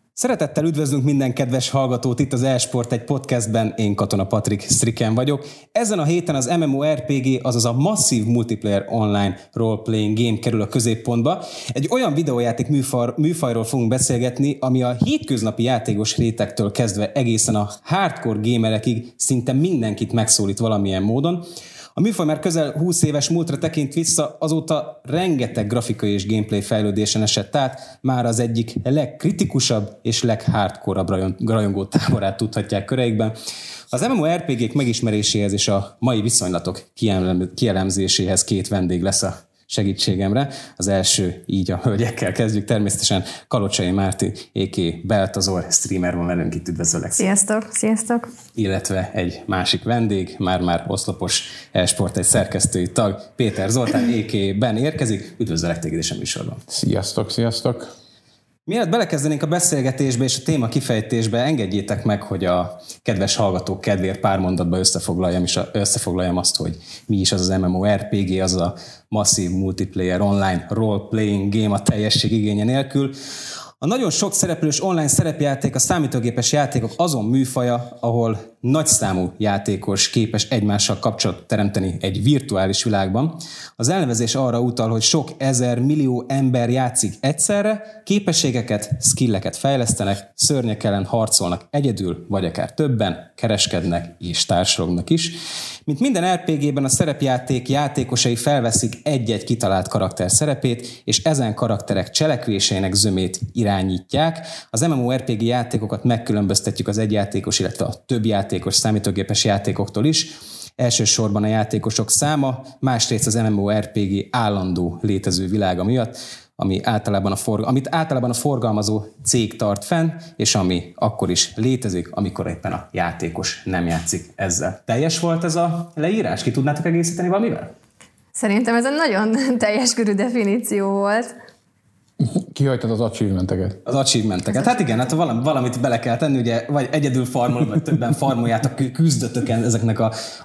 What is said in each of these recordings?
Szeretettel üdvözlünk minden kedves hallgatót itt az eSport egy podcastben, én Katona Patrik Striken vagyok. Ezen a héten az MMORPG, azaz a Massive Multiplayer Online Role-Playing Game kerül a középpontba. Egy olyan videójáték műfajról fogunk beszélgetni, ami a hétköznapi játékos rétegtől kezdve egészen a hardcore gamerekig szinte mindenkit megszólít valamilyen módon. A műfaj már közel 20 éves múltra tekint vissza, azóta rengeteg grafikai és gameplay fejlődésen esett át, már az egyik legkritikusabb és leghardcore-abb rajongó táborát tudhatják köreikben. Az MMORPG-k megismeréséhez és a mai viszonylatok kielemzéséhez két vendég lesz a segítségemre. Az első, így a hölgyekkel kezdjük, természetesen Kalocsai Márti, a.k.a. Beltazor, streamer van velünk itt, üdvözöllek. Sziasztok! Illetve egy másik vendég, már oszlopos eSport egy szerkesztői tag, Péter Zoltán, a.k.a. Ben érkezik, üdvözöllek téged is a műsorban. Sziasztok! Mielőtt belekezdenénk a beszélgetésbe és a téma kifejtésbe, engedjétek meg, hogy a kedves hallgatók kedvéért pár mondatba összefoglaljam azt, hogy mi is az MMORPG, az a Massive Multiplayer Online Role-Playing Game a teljesség igénye nélkül. A nagyon sok szereplős online szerepjáték, a számítógépes játékok azon műfaja, ahol nagyszámú játékos képes egymással kapcsolatot teremteni egy virtuális világban. Az elnevezés arra utal, hogy sok ezer millió ember játszik egyszerre, képességeket, skilleket fejlesztenek, szörnyek ellen harcolnak egyedül, vagy akár többen, kereskednek és társalognak is. Mint minden RPG-ben a szerepjáték játékosai felveszik egy-egy kitalált karakter szerepét, és ezen karakterek cselekvéseinek zömét irányítják. Az MMORPG játékokat megkülönböztetjük az egyjátékos, illetve a több játékos számítógépes játékoktól is. Elsősorban a játékosok száma, másrészt az MMORPG állandó létező világa miatt, amit általában a forgalmazó cég tart fenn, és ami akkor is létezik, amikor éppen a játékos nem játszik ezzel. Teljes volt ez a leírás? Ki tudnátok egészíteni valamivel? Szerintem ez egy nagyon teljes körű definíció volt. Kihagytad az achievementeket. Az achievementeket. Hát igen, hát valamit bele kell tenni, ugye, vagy egyedül farmolod, vagy többen farmoljátok, küzdötöken ezeknek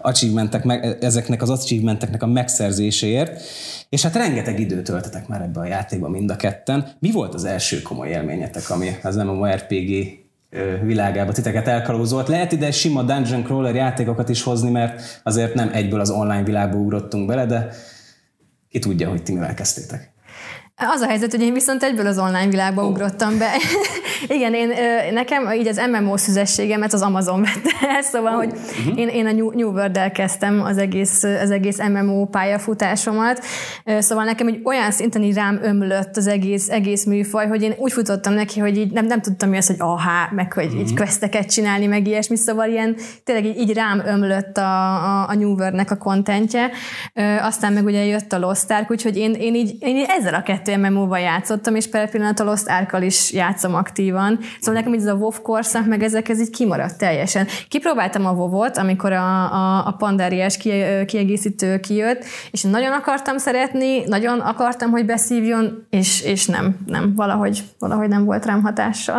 az achievementeknek a megszerzéséért, és hát rengeteg időt töltetek már ebbe a játékba mind a ketten. Mi volt az első komoly élményetek, ami az MMORPG világába titeket elkalózolt? Lehet ide sima dungeon crawler játékokat is hozni, mert azért nem egyből az online világba ugrottunk bele, de ki tudja, hogy ti mivel kezdtétek. Az a helyzet, hogy én viszont egyből az online világba ugrottam be. Igen, nekem így az MMO szüzességemet az Amazon vette el, szóval, hogy én a New World-del kezdtem az egész MMO pályafutásomat, szóval nekem egy olyan szinten így rám ömlött az egész műfaj, hogy én úgy futottam neki, hogy így nem tudtam mi az, hogy meg hogy így questeket csinálni, meg ilyesmi, szóval ilyen tényleg így rám ömlött a New World-nek a contentje, aztán meg ugye jött a Lost Ark, úgyhogy én így ezzel a kettő MMO-val játszottam, és per pillanat a Lost Arkkal is játszom aktívan. Szóval nekem így ez a WoW korszak, meg ez így kimaradt teljesen. Kipróbáltam a WoW-ot, amikor a Pandariás kiegészítő kijött, és nagyon akartam szeretni, nagyon akartam, hogy beszívjon, és nem. Valahogy nem volt rám hatással.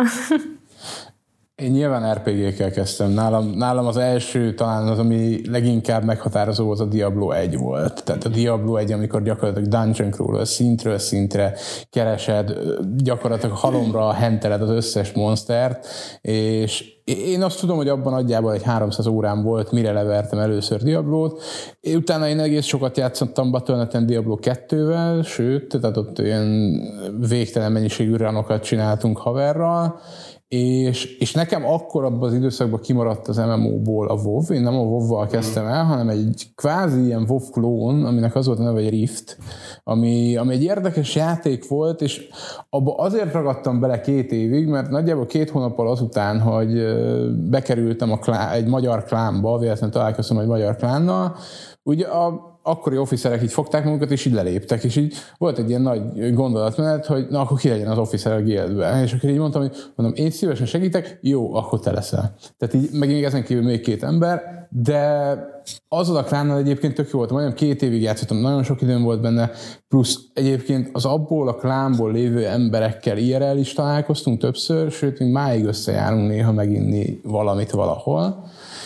Én nyilván RPG-kkel kezdtem. Nálam az első talán az, ami leginkább meghatározó volt, a Diablo 1 volt. Tehát a Diablo 1, amikor gyakorlatilag dungeon crawler szintről szintre keresed, gyakorlatilag halomra henteled az összes monstert, és én azt tudom, hogy abban nagyjából egy 300 órám volt, mire levertem először Diablót. Utána én egész sokat játszottam Battle.net-en Diablo 2-vel, sőt, tehát ott olyan végtelen mennyiségű runokat csináltunk haverral, és nekem akkor abban az időszakban kimaradt az MMO-ból a WoW. Én nem a WoW-val kezdtem el, hanem egy kvázi ilyen WoW klón, aminek az volt a neve, egy Rift, ami egy érdekes játék volt, és abba azért ragadtam bele 2 évig, mert nagyjából 2 hónappal azután, hogy bekerültem egy magyar klánba, véletlenül találkoztam egy magyar klánnal, ugye akkori officerek így fogták magukat, és így leléptek, és így volt egy ilyen nagy gondolatmenet, hogy na, akkor ki legyen az officer a guildben. És akkor így mondtam, hogy én szívesen segítek, jó, akkor te leszel. Tehát így, meg még ezen kívül még 2 ember, de az a klánnal egyébként tök jó volt, majdnem 2 évig játszottam, nagyon sok időm volt benne, plusz egyébként az abból a klánból lévő emberekkel IRL is találkoztunk többször, sőt, még máig összejárunk néha meginni valamit valahol.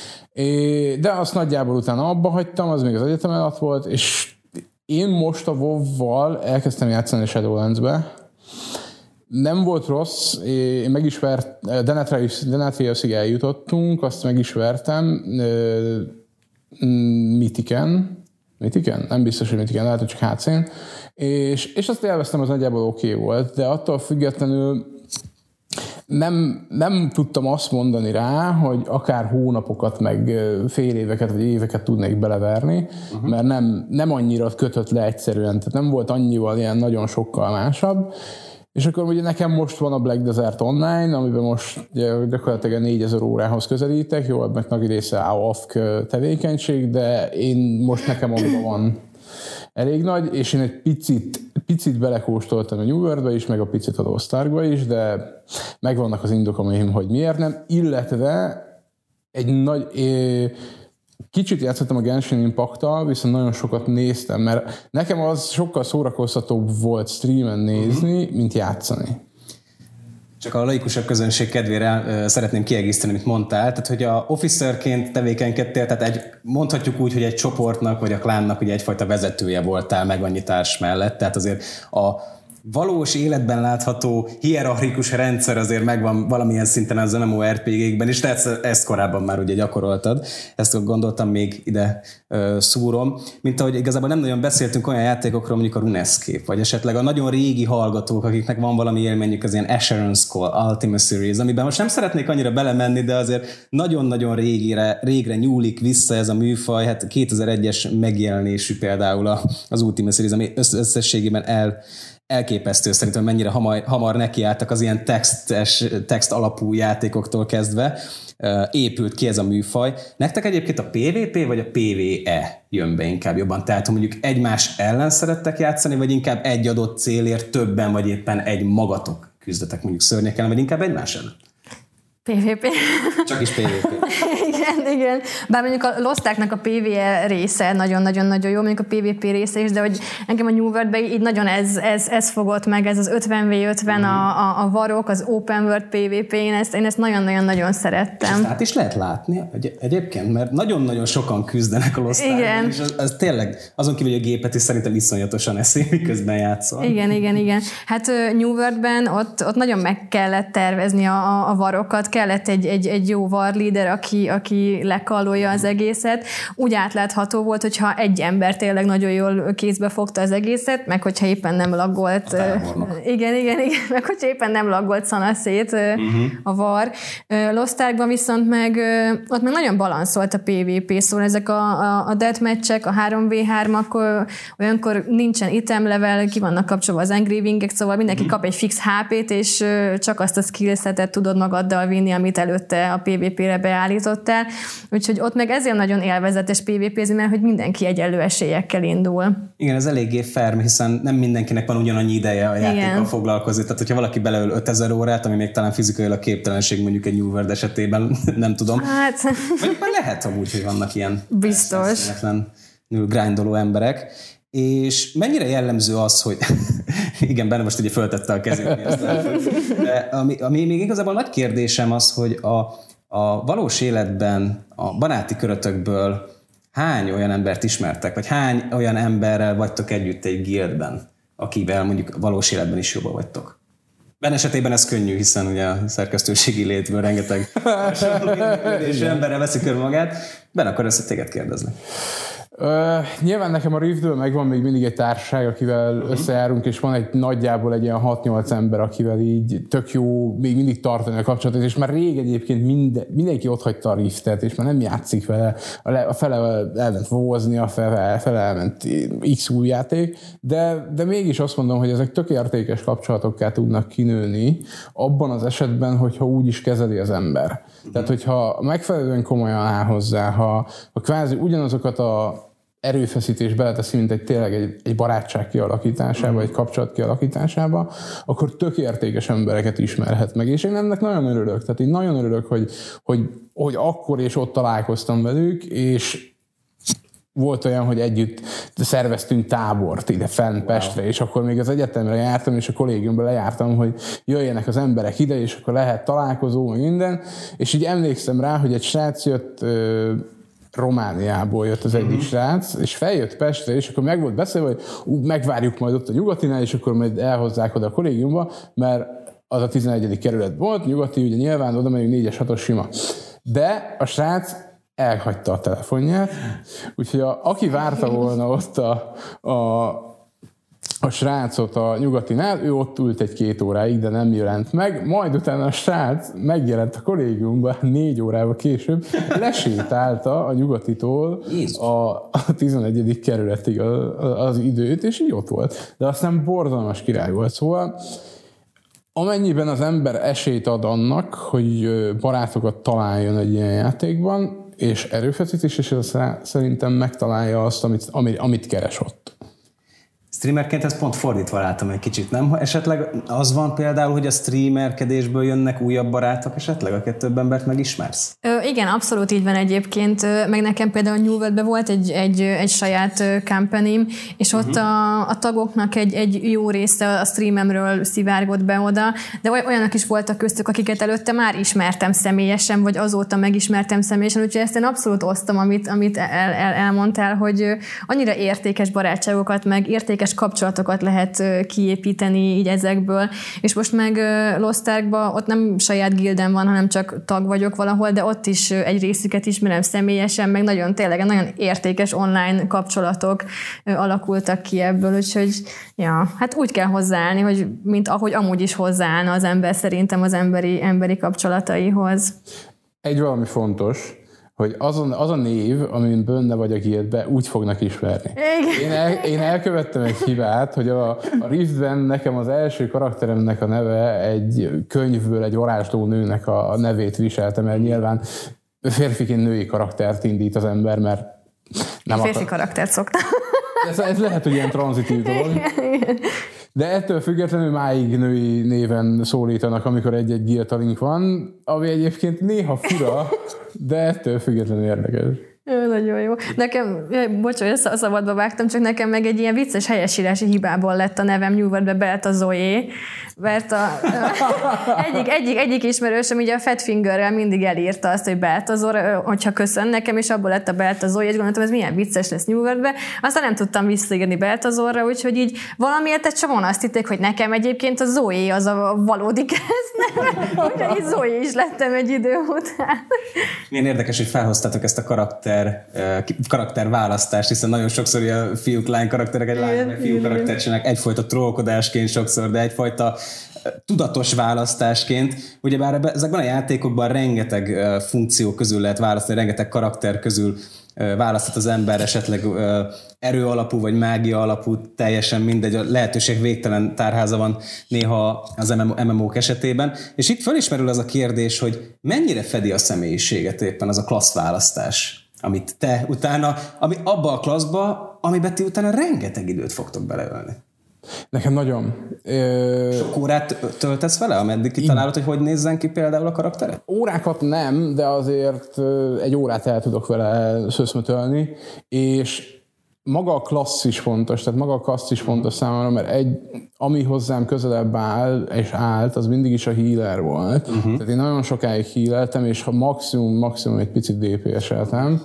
De azt nagyjából utána abba hagytam, az még az egyetem alatt volt, és én most a WoW-val elkezdtem játszani a Shadowlands-be, Nem volt rossz, én Denetriusig eljutottunk, azt megismertem, Mythiken? Nem biztos, hogy Mythiken, lehet, hogy csak HC-n, és azt élveztem, az nagyjából oké volt, de attól függetlenül nem tudtam azt mondani rá, hogy akár hónapokat, meg fél éveket, vagy éveket tudnék beleverni, mert nem annyira kötött le egyszerűen, tehát nem volt annyival ilyen nagyon sokkal másabb. És akkor ugye nekem most van a Black Desert Online, amiben most gyakorlatilag 4000 órához közelítek, jó, ebben nagy része AOFK tevékenység, de nekem abban van elég nagy, és én egy picit belekóstoltam a New World-be is, meg a picit a Lost Ark-ba is, de megvannak az indokomaim, hogy miért nem, illetve kicsit játszottam a Genshin Impact-tal, viszont nagyon sokat néztem, mert nekem az sokkal szórakoztatóbb volt streamen nézni, mint játszani. Csak a laikusabb közönség kedvére szeretném kiegészíteni, amit mondtál, tehát hogy a officerként tevékenykedtél, tehát mondhatjuk úgy, hogy egy csoportnak vagy a klánnak ugye egyfajta vezetője voltál meg annyi társ mellett, tehát azért a valós életben látható hierarchikus rendszer azért megvan valamilyen szinten az MMORPG-kben is, tehát ezt korábban már ugye gyakoroltad, ezt gondoltam még ide szúrom, mint ahogy igazából nem nagyon beszéltünk olyan játékokról, mondjuk a RuneScape, vagy esetleg a nagyon régi hallgatók, akiknek van valami élményük, az ilyen Asheron's Call, Ultima Series, amiben most nem szeretnék annyira belemenni, de azért nagyon-nagyon régre nyúlik vissza ez a műfaj, hát 2001-es megjelenésű például az Ultima Series, ami összességében elképesztő szerintem, mennyire hamar nekiálltak az ilyen text alapú játékoktól kezdve, épült ki ez a műfaj. Nektek egyébként a PvP vagy a PvE jön be inkább jobban? Tehát, hogy mondjuk egymás ellen szerettek játszani, vagy inkább egy adott célért többen, vagy éppen egy magatok küzdetek mondjuk szörnyekkel, vagy inkább egymás ellen? PvP. Csak is PvP. igen. Bár mondjuk a Lost Arknak a PvE része nagyon-nagyon-nagyon jó, mondjuk a PvP része is, de hogy engem a New World-ben így nagyon ez fogott meg, ez az 50v50, a varok, az Open World PvP, én ezt nagyon-nagyon-nagyon szerettem. És át is lehet látni egyébként, mert nagyon-nagyon sokan küzdenek a Lost Arkban, és az tényleg azon kívül, hogy a gépet is szerintem iszonyatosan eszi, miközben játszol. Igen. Hát New World-ben ott nagyon meg kellett tervezni a varokat, kellett egy jó war leader, aki lekallolja az egészet. Úgy átlátható volt, hogyha egy ember tényleg nagyon jól kézbe fogta az egészet, meg hogyha éppen nem laggolt. Igen, meg hogyha éppen nem laggolt szanaszét a var. Lost Arkban viszont ott meg nagyon balanszolt a PvP, szóval ezek a deathmatch-ek, a 3v3-ak, olyankor nincsen item level, ki vannak kapcsolva az engravingek, szóval mindenki kap egy fix HP-t, és csak azt a skillsetet tudod magaddal vinni, amit előtte a PvP-re beállítottál. Úgyhogy ott meg ezért nagyon élvezetes PvP-zni, mert hogy mindenki egyenlő esélyekkel indul. Igen, ez eléggé fair, hiszen nem mindenkinek van ugyanannyi ideje a játékkal foglalkozni. Tehát, hogyha valaki beleöl 5000 órát, ami még talán fizikailag képtelenség mondjuk egy New World esetében, nem tudom. Hát... Vagy lehet amúgy, hogy vannak ilyen biztos grindoló emberek. És mennyire jellemző az, hogy igen, benne most ugye föltette a kezét, de ami még igazából nagy kérdésem az, hogy a valós életben, a baráti körötökből hány olyan embert ismertek, vagy hány olyan emberrel vagytok együtt egy guildben, akivel mondjuk valós életben is jobban vagytok? Ben esetében ez könnyű, hiszen ugye a szerkesztőségi létből rengeteg és emberrel veszi körül magát. Ben, akkor ezt téged kérdeznek. Nyilván nekem a Riftből megvan még mindig egy társaság, akivel összejárunk, és van nagyjából egy ilyen 6-8 ember, akivel így tök jó még mindig tartani a kapcsolatot, és már rég egyébként mindenki otthagyta a Riftet, és már nem játszik vele, a fele elment vozni, a fele elment X új játék, de mégis azt mondom, hogy ezek tök értékes kapcsolatokká tudnak kinőni, abban az esetben, hogyha úgy is kezeli az ember. Tehát, hogyha megfelelően komolyan áll hozzá, ha kvázi ugyanazokat a erőfeszítés beleteszi, mint tényleg egy barátság kialakításába, egy kapcsolat kialakításába, akkor tök értékes embereket ismerhet meg. És én ennek nagyon örülök. Tehát én nagyon örülök, hogy akkor és ott találkoztam velük, és volt olyan, hogy együtt szerveztünk tábort ide fenn Pestre, és akkor még az egyetemre jártam, és a kollégiumban lejártam, hogy jöjjenek az emberek ide, és akkor lehet találkozó, meg minden. És így emlékszem rá, hogy egy srác jött, Romániából jött az egyik srác, és feljött Pestre, és akkor meg volt beszélve, hogy megvárjuk majd ott a Nyugatinál, és akkor majd elhozzák oda a kollégiumba, mert az a 11. kerület volt, nyugati, ugye nyilván oda megyünk 4-es, 6-os sima. De a srác elhagyta a telefonját, úgyhogy aki várta volna ott a srácot a nyugatinál, ő ott ült 1-2 óráig, de nem jelent meg, majd utána a srác megjelent a kollégiumban 4 órával később, lesétálta a nyugatitól a 11. kerületig az időt, és így ott volt. De aztán borzalmas király volt. Szóval amennyiben az ember esélyt ad annak, hogy barátokat találjon egy ilyen játékban, és erőfeszítés, és szerintem megtalálja azt, amit keres ott. Streamerként ezt pont fordítva látom egy kicsit, nem? Esetleg az van például, hogy a streamerkedésből jönnek újabb barátok esetleg, akiket több embert megismersz? Igen, abszolút így van egyébként. Meg nekem például New Worldben volt egy saját company-m, és ott a tagoknak egy jó része a streamemről szivárgott be oda, de olyanok is voltak köztük, akiket előtte már ismertem személyesen, vagy azóta megismertem személyesen, úgyhogy ezt én abszolút osztom, amit elmondtál, hogy annyira értékes barátságokat, meg értékes kapcsolatokat lehet kiépíteni így ezekből. És most meg Lost Arkban ott nem saját gilden van, hanem csak tag vagyok valahol, de ott is egy részüket ismerem személyesen, meg tényleg nagyon értékes online kapcsolatok alakultak ki ebből, úgyhogy hát úgy kell hozzáállni, hogy mint ahogy amúgy is hozzáállna az ember szerintem az emberi kapcsolataihoz. Egy valami fontos, hogy az a név, amin benne vagy a guildbe, úgy fognak ismerni. Én elkövettem egy hibát, hogy a Riftben nekem az első karakteremnek a neve egy könyvből egy varázsló nőnek a nevét viseltem, mert nyilván férfiként női karaktert indít az ember, mert nem férfi karaktert szoktam. Ez lehet, hogy ilyen tranzitív dolog. De ettől függetlenül máig női néven szólítanak, amikor egy-egy guild van, ami egyébként néha fura, de ettől függetlenül érdekes. Nagyon jó. Nekem, bocs, hogy szabadba vágtam, csak nekem meg egy ilyen vicces helyesírási hibából lett a nevem New Worldbe Belta Zoe, mert egyik ismerősöm így a Fat Fingerrel mindig elírta azt, hogy Beltazor, hogyha köszön nekem, és abból lett a Belta Zoe, és gondoltam, ez milyen vicces lesz New Worldbe. Aztán nem tudtam visszaírni Beltazorra, úgyhogy így valamiért egy csomóan azt hitték, hogy nekem egyébként a Zoe az a valódi keresztneve, úgyhogy Zoe is lettem egy idő után. Milyen érdekes, hogy felhoztátok ezt a karakterválasztást, hiszen nagyon sokszor a fiúk-lány karakterek, egy lány meg fiú karaktert csinálnak egyfajta trollkodásként sokszor, de egyfajta tudatos választásként. Ugyebár ezekben a játékokban rengeteg funkció közül lehet választani, rengeteg karakter közül választhat az ember, esetleg erő alapú vagy mágia alapú, teljesen mindegy, a lehetőség végtelen tárháza van néha az MMO-k esetében, és itt felismerül az a kérdés, hogy mennyire fedi a személyiséget éppen az a klasszválasztás, amit te utána, ami abba a klasszba, amiben ti utána rengeteg időt fogtok beleölni. Nekem nagyon. Sok órát töltesz vele, ameddig kitalálod, hogy nézzen ki például a karakteret? Órákat nem, de azért 1 órát el tudok vele szöszmötölni, és maga a klassz is fontos, tehát maga a kaszt is fontos számomra, mert ami hozzám közelebb áll és állt, az mindig is a healer volt. Tehát én nagyon sokáig healeltem, és maximum egy picit DPS-eltem,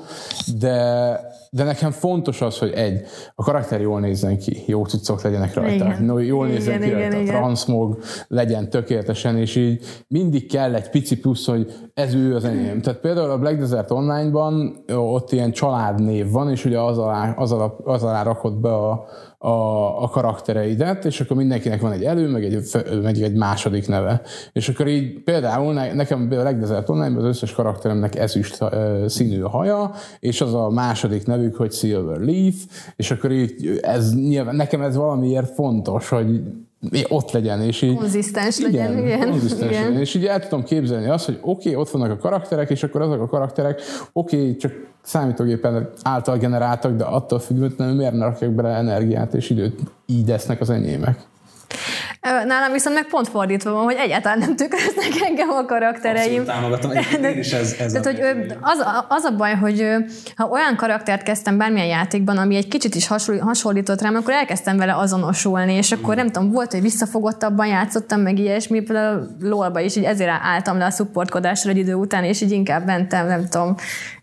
de nekem fontos az, hogy a karakter jól nézzen ki, jó cuccok legyenek rajta, jól nézzen ki rajta, transmog legyen tökéletesen, és így mindig kell egy pici plusz, hogy ez ő az enyém. Tehát például a Black Desert Online-ban ott ilyen családnév van, és ugye az alá rakod be a karaktereidet, és akkor mindenkinek van egy meg egy második neve. És akkor így például nekem a Black Desert Online-ban az összes karakteremnek ezüst színű a haja, és az a második nevük, hogy Silver Leaf, és akkor így nekem ez valamiért fontos, hogy ott legyen, és így... Konzisztens legyen, igen. És így el tudom képzelni azt, hogy oké, ott vannak a karakterek, és akkor azok a karakterek, csak számítógépen által generáltak, de attól függetlenül miért ne rakják bele energiát és időt, így lesznek az enyémek. Nálam viszont meg pont fordítva van, hogy egyáltalán nem tükröznek engem a karaktereim. Abszolút támogatom, én is ez tehát, hogy az a baj, hogy ha olyan karaktert kezdtem bármilyen játékban, ami egy kicsit is hasonlított rám, akkor elkezdtem vele azonosulni, és akkor nem tudom, volt, hogy visszafogottabban játszottam, meg ilyesmi, például LOL-ba is, így ezért álltam le a supportkodásra egy idő után, és így inkább mentem, nem tudom,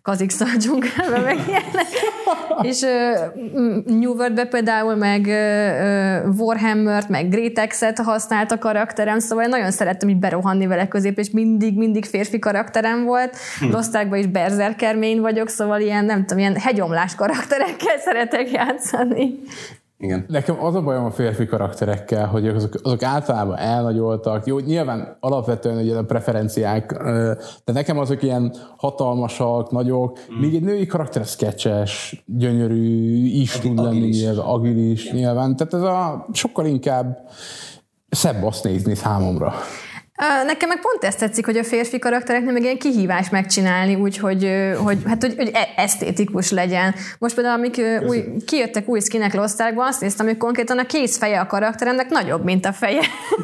Kazix a dzsungelbe, meg ilyenek. És New World-be például meg Warhammer-t, meg Great-Exet használt a karakterem, szóval én nagyon szerettem így berohanni vele közép, és mindig férfi karakterem volt. Lost Arkban is berserker main vagyok, szóval ilyen, nem tudom, ilyen hegyomlás karakterekkel szeretek játszani. Igen. Nekem az a bajom a férfi karakterekkel, hogy azok általában elnagyoltak. Jó, nyilván alapvetően ugye a preferenciák, de nekem azok ilyen hatalmasak, nagyok, míg egy női karakter sketches, gyönyörű, is tud lenni, agilis nyilván. Tehát ez sokkal inkább szebb azt nézni számomra. Nekem meg pont ezt tetszik, hogy a férfi karaktereknek meg ilyen kihívás megcsinálni, úgyhogy hogy esztétikus legyen. Most például, amik kijöttek új skinek Lost Arkban, azt néztem, hogy konkrétan a kézfeje a karakteremnek nagyobb, mint a feje.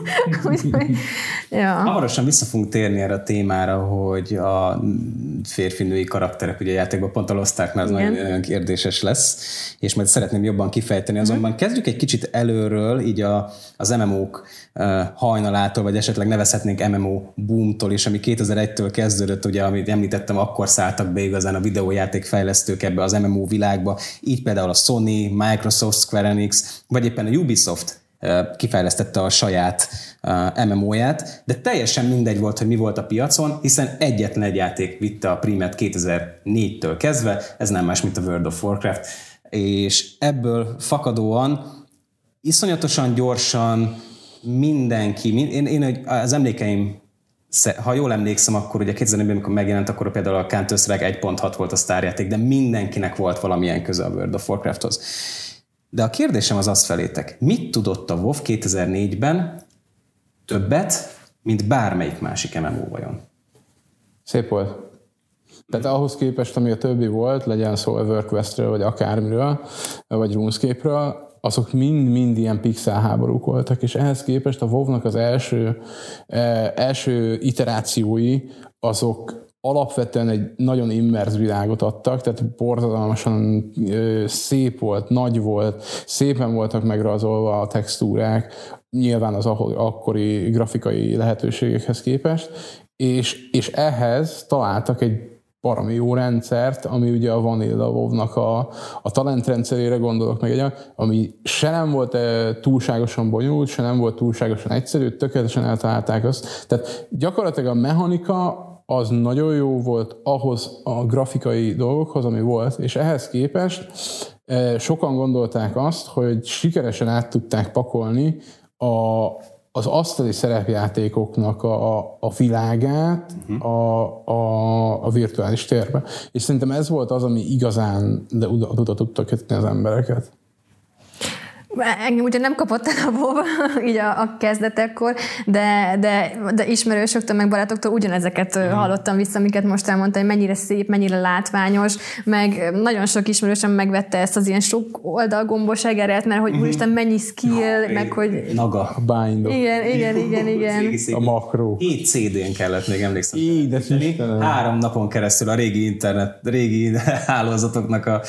Ja. Hamarosan vissza fogunk térni erre a témára, hogy a férfi-női karakterek ugye a játékban, pont a Lost Arknál ez nagyon kérdéses lesz, és majd szeretném jobban kifejteni. Azonban kezdjük egy kicsit előről, így az MMO-k hajnalától, vagy esetleg nevezhetnénk MMO boomtól is, ami 2001-től kezdődött, ugye, amit említettem, akkor szálltak be igazán a videójáték fejlesztők ebbe az MMO világba, így például a Sony, Microsoft, Square Enix, vagy éppen a Ubisoft kifejlesztette a saját MMO-ját, de teljesen mindegy volt, hogy mi volt a piacon, hiszen egyetlen egy játék vitte a prímet 2004-től kezdve, ez nem más, mint a World of Warcraft, és ebből fakadóan iszonyatosan gyorsan mindenki, én az emlékeim, ha jól emlékszem, akkor ugye 2004-ben, amikor megjelent, akkor például a Counter-Strike 1.6 volt a sztárjáték, de mindenkinek volt valamilyen köze a World of Warcrafthoz. De a kérdésem az felétek, mit tudott a WoW 2004-ben többet, mint bármelyik másik MMO vajon? Szép volt. Tehát ahhoz képest, ami a többi volt, legyen szó EverQuestről, vagy akármiről, vagy RuneScape-ről, azok mind ilyen pixel háborúk voltak, és ehhez képest a WoW-nak az első iterációi, azok alapvetően egy nagyon immerz világot adtak, tehát borzalmasan szép volt, nagy volt, szépen voltak megrajzolva a textúrák, nyilván az akkori grafikai lehetőségekhez képest, és ehhez találtak egy baromi jó rendszert, ami ugye a Vanilla WoW-nak a talentrendszerére gondolok meg, ami se nem volt túlságosan bonyolult, se nem volt túlságosan egyszerű, tökéletesen eltalálták azt. Tehát gyakorlatilag a mechanika az nagyon jó volt ahhoz a grafikai dolgokhoz, ami volt, és ehhez képest sokan gondolták azt, hogy sikeresen át tudták pakolni az asztali szerepjátékoknak a világát a virtuális térbe. És szerintem ez volt az, ami igazán tudta kötni az embereket. Engem ugye nem kapott el a WoW így a kezdetekkor, de ismerősöktől, meg barátoktól ugyanezeket hallottam vissza, amiket most elmondtam, hogy mennyire szép, mennyire látványos, meg nagyon sok ismerősöm megvette ezt az ilyen sok oldalgombos egeret, mert hogy úristen, mennyi skill, meg hogy... Naga. A bindok. Igen. A makró. 7 CD-n kellett, még emlékszem. 3 napon keresztül a régi hálózatoknak a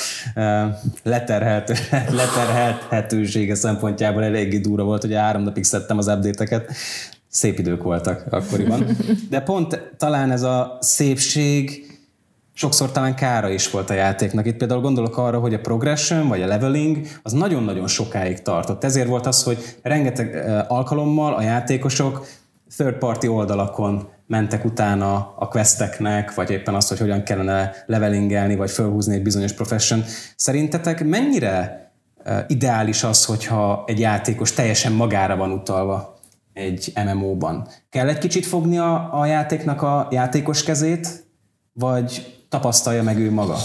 leterhelhetősége szempontjából eléggé durva volt, hogy 3 napig szedtem az update-eket. Szép idők voltak akkoriban. De pont talán ez a szépség sokszor talán kára is volt a játéknak. Itt például gondolok arra, hogy a progression vagy a leveling az nagyon-nagyon sokáig tartott. Ezért volt az, hogy rengeteg alkalommal a játékosok third party oldalakon mentek utána a questeknek, vagy éppen azt, hogy hogyan kellene levelingelni, vagy felhúzni egy bizonyos profession. Szerintetek mennyire ideális az, hogyha egy játékos teljesen magára van utalva egy MMO-ban? Kell egy kicsit fogni a játéknak a játékos kezét, vagy tapasztalja meg ő maga?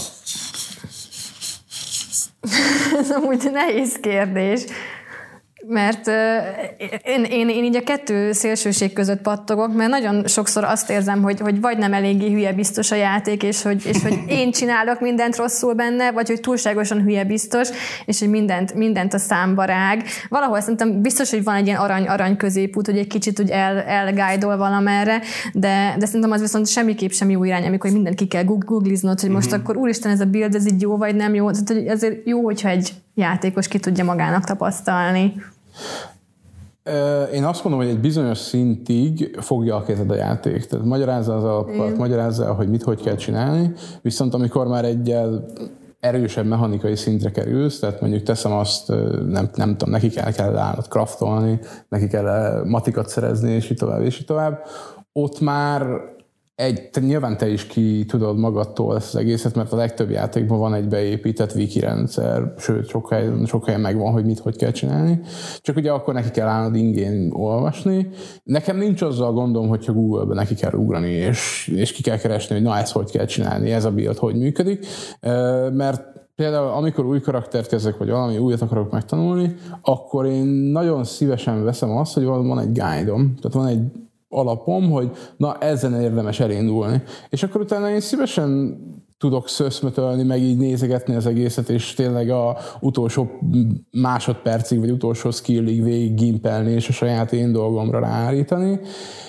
Ez amúgy nehéz kérdés, mert én így a kettő szélsőség között pattogok, mert nagyon sokszor azt érzem, hogy vagy nem eléggé hülye biztos a játék, és hogy én csinálok mindent rosszul benne, vagy hogy túlságosan hülye biztos, és hogy mindent a számba rág. Valahol szerintem biztos, hogy van egy ilyen arany középút, hogy egy kicsit úgy elgájdol valamerre, de szerintem az viszont semmiképp sem jó irány, amikor mindent ki kell googliznod, hogy most akkor úristen, ez a build, ez így jó, vagy nem jó. Tehát ezért jó, hogyha egy játékos ki tudja magának tapasztalni. Én azt mondom, hogy egy bizonyos szintig fogja a kezed a játék. Tehát magyarázza az alapokat, magyarázza, hogy hogy kell csinálni, viszont amikor már egyel erősebb mechanikai szintre kerülsz, tehát mondjuk teszem azt, nem tudom, neki kell állnod craftolni, neki kell matikat szerezni, és így tovább, ott már nyilván te is ki tudod magadtól ezt az egészet, mert a legtöbb játékban van egy beépített wiki rendszer, sőt, sok helyen megvan, hogy hogy kell csinálni. Csak ugye akkor neki kell állnod ingén olvasni. Nekem nincs azzal gondom, hogyha Google-be neki kell ugrani, és ki kell keresni, hogy na ezt hogy kell csinálni, ez a build hogy működik, mert például amikor új karaktert kezdek, vagy valami újat akarok megtanulni, akkor én nagyon szívesen veszem azt, hogy van egy guide-om, tehát van egy alapom, hogy na ezen érdemes elindulni. És akkor utána én szívesen tudok szöszmötölni, meg így nézegetni az egészet, és tényleg a utolsó másodpercig, vagy utolsó skillig végig gimpelni, és a saját én dolgomra ráállítani.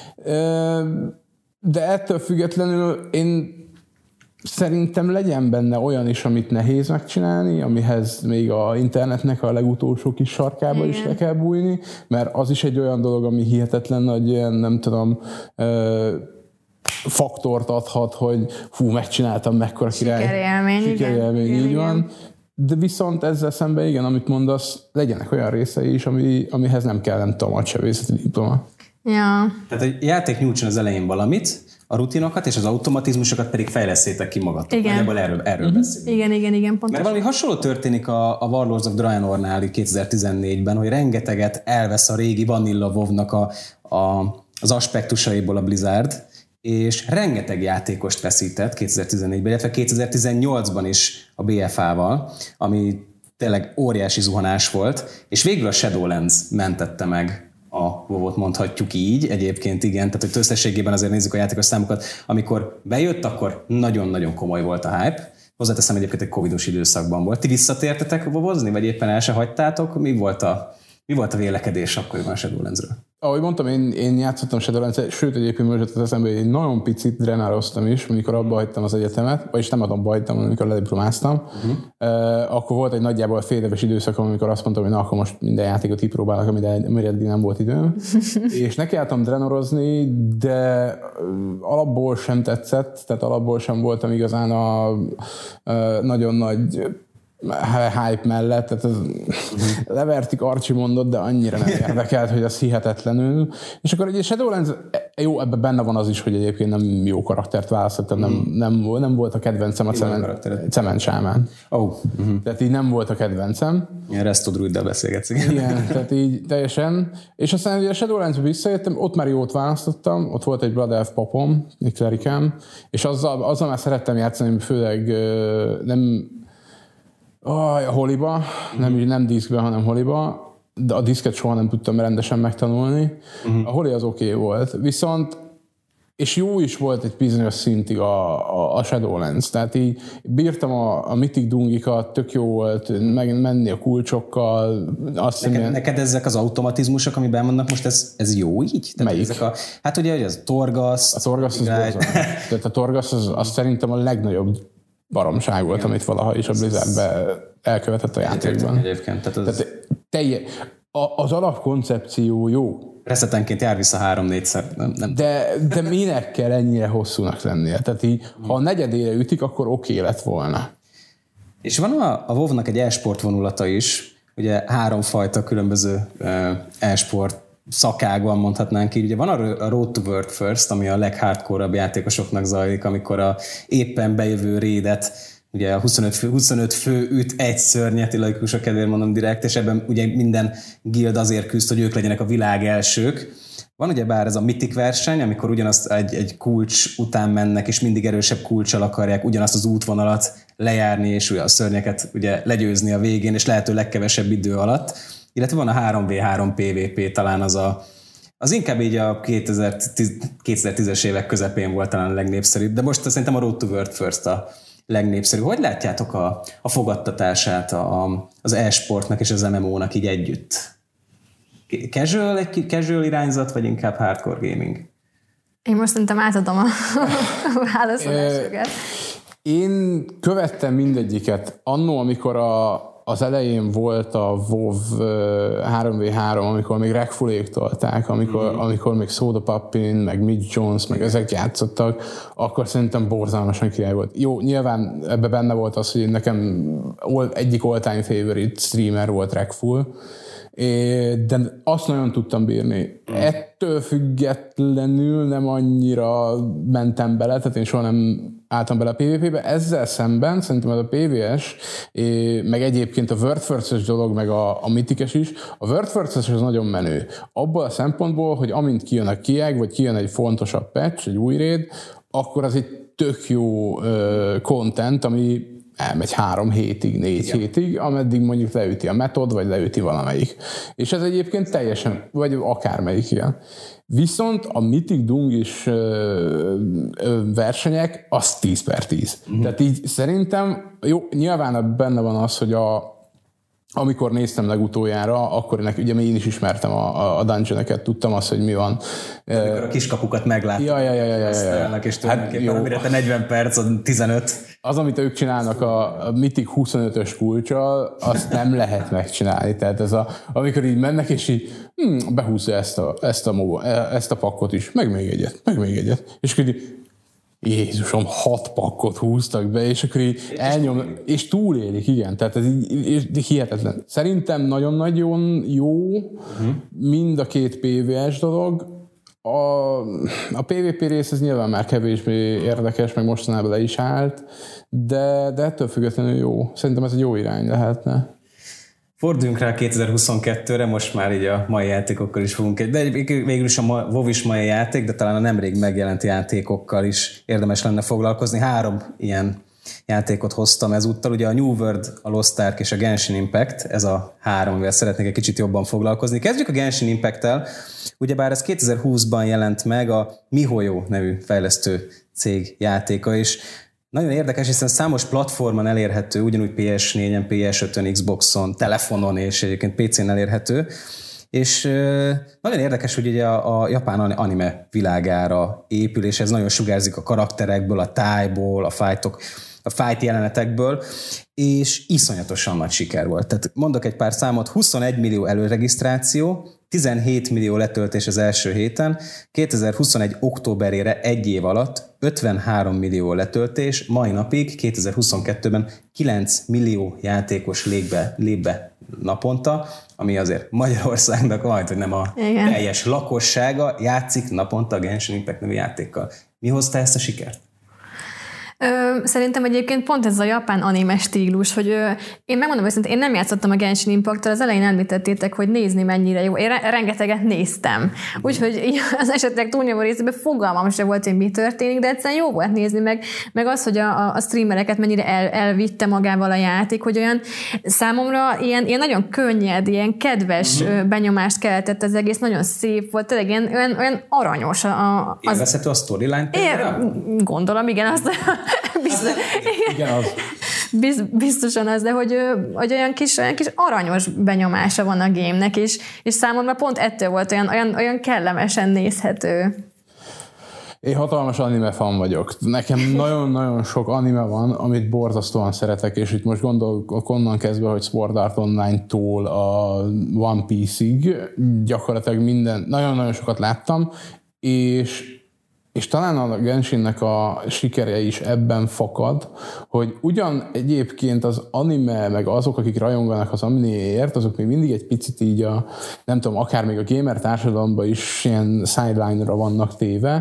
De ettől függetlenül én szerintem legyen benne olyan is, amit nehéz megcsinálni, amihez még a internetnek a legutolsó kis sarkába is le kell bújni, mert az is egy olyan dolog, ami hihetetlen nagy ilyen, nem tudom, faktort adhat, hogy megcsináltam, mekkora király. Sikerélmény, így van. De viszont ezzel szemben, igen, amit mondasz, legyenek olyan részei is, amihez nem kell, nem tudom, agysebészeti diploma. Ja. Tehát a játék nyújtson az elején valamit, a rutinokat és az automatizmusokat pedig fejlesztétek ki magatok. Nagyjából erről beszélünk. Igen, pontosan. Mert valami hasonló történik a Warlords of Draenor-nál 2014-ben, hogy rengeteget elvesz a régi Vanilla WoW-nak az aspektusaiból a Blizzard, és rengeteg játékost veszített 2014-ben, illetve 2018-ban is a BFA-val, ami tényleg óriási zuhanás volt, és végül a Shadowlands mentette meg a WoW-ot, mondhatjuk így, egyébként igen, tehát hogy összességében azért nézzük a játékos számokat, amikor bejött, akkor nagyon-nagyon komoly volt a hype. Hozzáteszem, egyébként egy covidos időszakban volt. Ti visszatértetek WoW-ozni, vagy éppen el se hagytátok? Mi volt a vélekedés akkoriban a Shadowlandsről? Ahogy mondtam, én játszottam Shadowlands-et, sőt egyébként most az eszembe, hogy nagyon picit drenároztam is, amikor abba hagytam az egyetemet, vagyis nem abba hagytam, amikor lediplomáztam. Akkor volt egy nagyjából fél éves időszakom, amikor azt mondtam, hogy na, akkor most minden játékot kipróbálok, amire eddig nem volt időm. És nekiálltam drenorozni, de alapból sem tetszett, tehát alapból sem voltam igazán a nagyon nagy hype mellett, tehát levertik Archie mondott, de annyira nem érdekelt, hogy az hihetetlenül. És akkor egy Shadowlands, jó, ebben benne van az is, hogy egyébként nem jó karaktert választottam, nem volt a kedvencem a Cement Shaman. Tehát így nem volt a kedvencem. Ilyen Resto Druiddal beszélgetsz. Igen, tehát így teljesen. És aztán ugye a Shadowlands-ba visszajöttem, ott már jót választottam, ott volt egy Blood Elf papom, egy klerikám, és azzal már szerettem játszani, főleg nem a holiba, nem diszkben, hanem holiba, de a diszket soha nem tudtam rendesen megtanulni. A holi az oké volt, viszont és jó is volt egy bizonyos szintig a Shadowlands, tehát így bírtam a Mythic dungikat, tök jó volt menni a kulcsokkal. Neked ezek az automatizmusok, amiben vannak most, ez jó így? Tehát melyik? Hát ugye az Torghast. A Torghast az borzalmas. Tehát a Torghast az szerintem a legnagyobb baromság volt, amit valaha is a Blizzardbe elkövetett a játékban. Egyébként. Az alapkoncepció jó. Reszetenként jár vissza 3-4-szer. Nem. De minek kell ennyire hosszúnak lennie? Tehát így, ha a negyedére ütik, akkor oké lett volna. És van a WoW-nak egy e-sport vonulata is, ugye 3 fajta különböző e-sport szakágban mondhatnánk így. Ugye van a Road to World First, ami a leghardcore-abb játékosoknak zajlik, amikor a éppen bejövő raidet, ugye a 25 fő üt egy szörnyet, laikusok kedvéért mondom direkt, és ebben ugye minden guild azért küzd, hogy ők legyenek a világ elsők. Van ugye bár ez a Mythic verseny, amikor ugyanazt egy kulcs után mennek, és mindig erősebb kulccsal akarják ugyanazt az útvonalat lejárni, és ugye a szörnyeket ugye legyőzni a végén, és lehető legkevesebb idő alatt. Illetve van a 3v3 PvP, talán az inkább így a 2010-es évek közepén volt talán a legnépszerűbb, de most szerintem a Road to World First a legnépszerűbb. Hogy látjátok a fogadtatását az e-sportnak és az MMO-nak így együtt? Casual irányzat, vagy inkább hardcore gaming? Én most szerintem átadom a válaszolásokat. Én követtem mindegyiket. Annó, amikor az elején volt a WoW 3v3, amikor még Rekfulék tolták, amikor még Soda Puppin, meg Mitch Jones, meg ezek játszottak, akkor szerintem borzalmasan király volt. Jó, nyilván ebben benne volt az, hogy nekem egyik all-time favorite streamer volt Rekful, de azt nagyon tudtam bírni. Ettől függetlenül nem annyira mentem bele, tehát én soha nem álltam bele a PvP-be. Ezzel szemben szerintem ez a PvS, meg egyébként a World First-es dolog, meg a Mythices is, a World First-es az nagyon menő. Abban a szempontból, hogy amint kijön a kieg, vagy kijön egy fontosabb patch, egy új raid, akkor az egy tök jó content, ami elmegy 3 hétig, 4 hétig, ameddig mondjuk leüti a metod, vagy leüti valamelyik. És ez egyébként teljesen, vagy akármelyik ilyen. Viszont a Mythic Dungis versenyek, az 10/10. Tehát így szerintem, jó, nyilván benne van az, hogy amikor néztem legutoljára, akkor ugye én is ismertem a dungeoneket, tudtam azt, hogy mi van. Amikor a kiskapukat megláttam. Ja. És tulajdonképpen amire te 40 perc, 15. Az, amit ők csinálnak a Mythic 25-ös kulccsal, azt nem lehet megcsinálni. Tehát ez amikor így mennek, és így behúzza ezt a pakkot is, meg még egyet. És akkor így, Jézusom, 6 pakkot húztak be, és akkor így elnyom, és túlélik, igen. Tehát ez így hihetetlen. Szerintem nagyon-nagyon jó mind a két PvS dolog. A PvP rész ez nyilván már kevésbé érdekes, meg mostanában le is állt, de ettől függetlenül jó. Szerintem ez egy jó irány lehetne. Forduljunk rá 2022-re, most már így a mai játékokkal is fogunk, de végül is a WoW is mai játék, de talán a nemrég megjelent játékokkal is érdemes lenne foglalkozni. 3 ilyen játékot hoztam ezúttal, ugye a New World, a Lost Ark és a Genshin Impact, ez a 3, amivel szeretnék egy kicsit jobban foglalkozni. Kezdjük a Genshin Impact-tel, ugyebár ez 2020-ban jelent meg a MiHoYo nevű fejlesztő cég játéka, és nagyon érdekes, hiszen számos platformon elérhető, ugyanúgy PS4-en, PS5-ön, Xboxon, telefonon és egyébként PC-n elérhető, és nagyon érdekes, hogy ugye a japán anime világára épül, és ez nagyon sugárzik a karakterekből, a tájból, a fight jelenetekből, és iszonyatosan nagy siker volt. Tehát mondok egy pár számot, 21 millió előregisztráció, 17 millió letöltés az első héten, 2021 októberére egy év alatt 53 millió letöltés, mai napig 2022-ben 9 millió játékos lép be naponta, ami azért Magyarországnak majd, hogy nem a teljes lakossága játszik naponta a Genshin Impact nevű játékkal. Mi hozta ezt a sikert? Szerintem egyébként pont ez a japán anime stílus, hogy én megmondom őszintén, én nem játszottam a Genshin Impact-tal, az elején említettétek, hogy nézni mennyire jó. Én rengeteget néztem. Úgyhogy az esetek túlnyomó részében fogalmam se volt, hogy mi történik, de egyszerűen jó volt nézni, meg az, hogy a streamereket mennyire elvitte magával a játék, hogy olyan számomra ilyen nagyon könnyed, ilyen kedves benyomást keltett az egész, nagyon szép volt, tényleg olyan aranyos. Élvezhető a storyline? Gondolom, igen, azt biztosan az, de hogy olyan kis aranyos benyomása van a gémnek, és számomra pont ettől volt olyan kellemesen nézhető. Én hatalmas anime fan vagyok. Nekem nagyon-nagyon sok anime van, amit borzasztóan szeretek, és itt most gondolok onnan kezdve, hogy Sword Art Online-tól a One Piece-ig gyakorlatilag minden, nagyon-nagyon sokat láttam, és talán a Genshinnek a sikere is ebben fakad, hogy ugyan egyébként az anime, meg azok, akik rajonganak az animéért, azok még mindig egy picit így nem tudom, akár még a gamer társadalomban is ilyen sideline-ra vannak téve.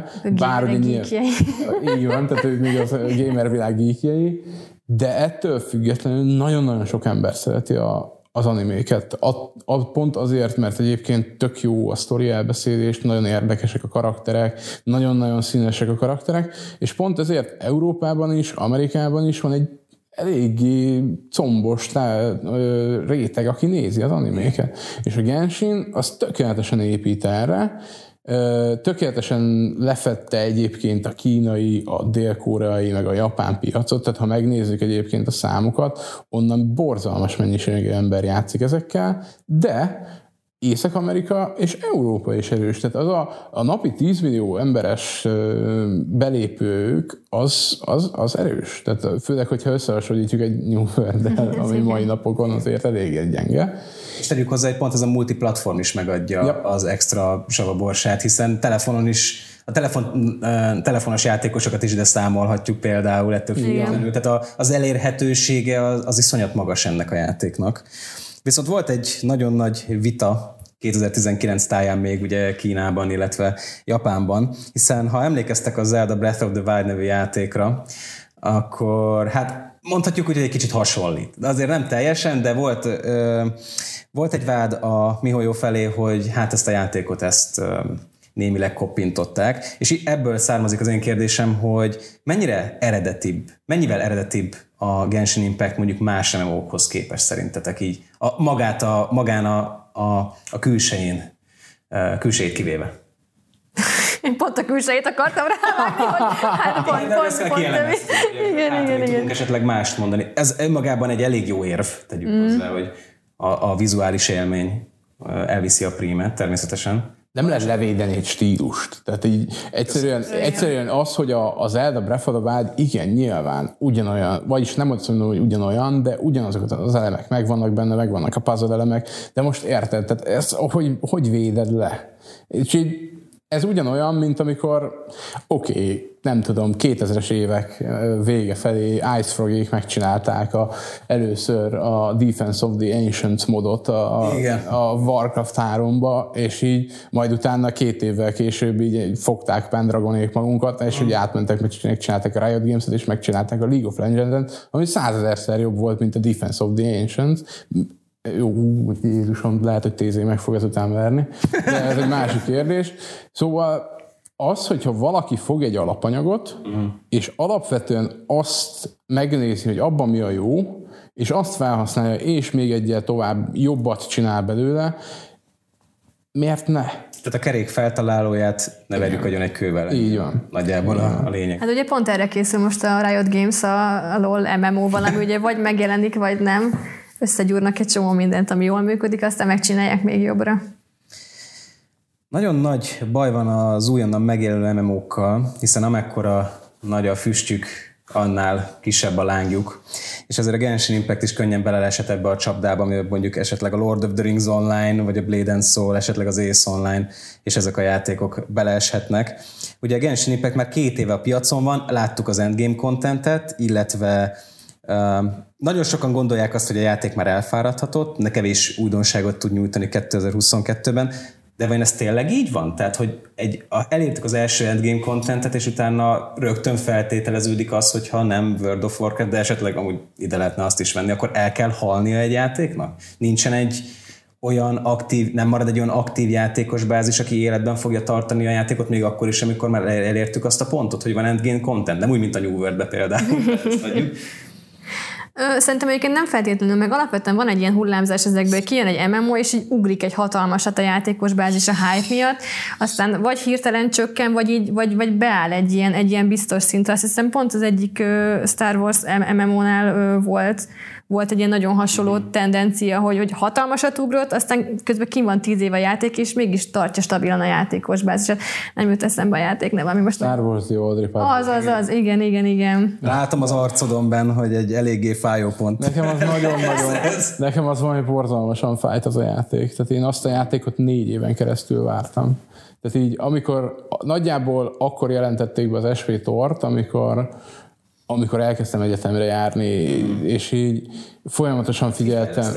Így van, tehát ők még a gamer világ geekjei, de ettől függetlenül nagyon-nagyon sok ember szereti az animéket. Pont azért, mert egyébként tök jó a sztori elbeszélés, nagyon érdekesek a karakterek, nagyon-nagyon színesek a karakterek, és pont ezért Európában is, Amerikában is van egy eléggé combos réteg, aki nézi az animéket. És a Genshin az tökéletesen épít erre, tökéletesen lefedte egyébként a kínai, a dél-koreai, meg a japán piacot, tehát ha megnézzük egyébként a számokat, onnan borzalmas mennyiségű ember játszik ezekkel, de Észak-Amerika és Európa is erős. Tehát az a napi 10 millió emberes belépők, az erős. Tehát főleg, hogyha összehasonlítjuk egy New World-del, ami mai napokon azért elég gyenge. És tegyük hozzá, hogy pont ez a multiplatform is megadja az extra savaborsát, hiszen telefonon is, a telefonos játékosokat is ide számolhatjuk például ettől függetlenül. Tehát az elérhetősége az iszonyat magas ennek a játéknak. Viszont volt egy nagyon nagy vita 2019 táján még ugye Kínában, illetve Japánban, hiszen ha emlékeztek a Zelda Breath of the Wild nevű játékra, akkor hát mondhatjuk úgy, hogy egy kicsit hasonlít. De azért nem teljesen, de volt egy vád a MiHoYo felé, hogy hát ezt a játékot némileg koppintották, és ebből származik az én kérdésem, hogy mennyivel eredetibb a Genshin Impact mondjuk más MMO-khoz képest szerintetek így, magán a külsejét kivéve? Én pont a külsejét akartam rávágni, hogy hát pont. Igen. Tudunk esetleg mást mondani. Ez önmagában egy elég jó érv, tegyük hozzá, hogy a vizuális élmény elviszi a prímet természetesen. Nem lehet levédeni egy stílust. Tehát így egyszerűen az, hogy a Zelda Breath of the Wild igen, nyilván ugyanolyan, vagyis nem azt mondom, hogy ugyanolyan, de ugyanazokat az elemek megvannak benne, megvannak a puzzle elemek, de most érted, tehát ezt hogy véded le? És így ez ugyanolyan, mint amikor nem tudom, 2000-es évek vége felé Ice Frogék megcsinálták először a Defense of the Ancients modot a Warcraft 3-ba, és így majd utána 2 évvel később így fogták Pendragonék magunkat, és így átmentek, megcsinálták a Riot Games-et, és megcsinálták a League of Legends-et, ami 100 000-szer jobb volt, mint a Defense of the Ancients. Jó, Jézusom, lehet, hogy TZ meg fog ezután verni, de ez egy másik kérdés. Szóval az, hogyha valaki fog egy alapanyagot, és alapvetően azt megnézi, hogy abban mi a jó, és azt felhasználja, és még egyel tovább jobbat csinál belőle, miért ne? Tehát a kerék feltalálóját ne verjük agyon egy kővel. Így van. Nagyjából a lényeg. Hát ugye pont erre készül most a Riot Games a LoL MMO-val, ami ugye vagy megjelenik, vagy nem. Összegyúrnak egy csomó mindent, ami jól működik, aztán megcsinálják még jobbra. Nagyon nagy baj van az újonnan megjelenő MMO-kkal, hiszen amekkora nagy a füstjük, annál kisebb a lángjuk. És ezért a Genshin Impact is könnyen beleesett ebbe a csapdába, amiben mondjuk esetleg a Lord of the Rings Online, vagy a Blade and Soul, esetleg az Ace Online, és ezek a játékok beleeshetnek. Ugye a Genshin Impact már 2 éve a piacon van, láttuk az endgame contentet, illetve nagyon sokan gondolják azt, hogy a játék már elfáradhatott, de kevés újdonságot tud nyújtani 2022-ben, de vajon ez tényleg így van? Tehát, hogy elértük az első endgame contentet, és utána rögtön feltételeződik az, hogyha nem World of Warcraft, de esetleg amúgy ide lehetne azt is venni, akkor el kell halnia egy játéknak? Nincsen egy olyan aktív, nem marad egy olyan aktív játékos bázis, aki életben fogja tartani a játékot, még akkor is, amikor már elértük azt a pontot, hogy van endgame content, nem úgy, mint a New World-be például. Szerintem egyébként nem feltétlenül, meg alapvetően van egy ilyen hullámzás ezekből, hogy kijön egy MMO, és így ugrik egy hatalmasat a játékos bázis a hype miatt, aztán vagy hirtelen csökken, vagy beáll egy ilyen biztos szintre. Azt hiszem pont az egyik Star Wars MMO-nál volt egy ilyen nagyon hasonló tendencia, hogy hatalmasat ugrott, aztán közben kim van 10 éve a játék, és mégis tartja stabilan a játékos bázis. Nem jut eszembe a játék neve, ami most... Star Wars The Old Republic. Az, igen. Látom az arcodomban, hogy egy eléggé fájó pont. Nekem az valami borzalmasan fájt az a játék. Tehát én azt a játékot 4 éven keresztül vártam. Tehát így, nagyjából akkor jelentették be az SV Tort, amikor elkezdtem egyetemre járni, és így folyamatosan figyeltem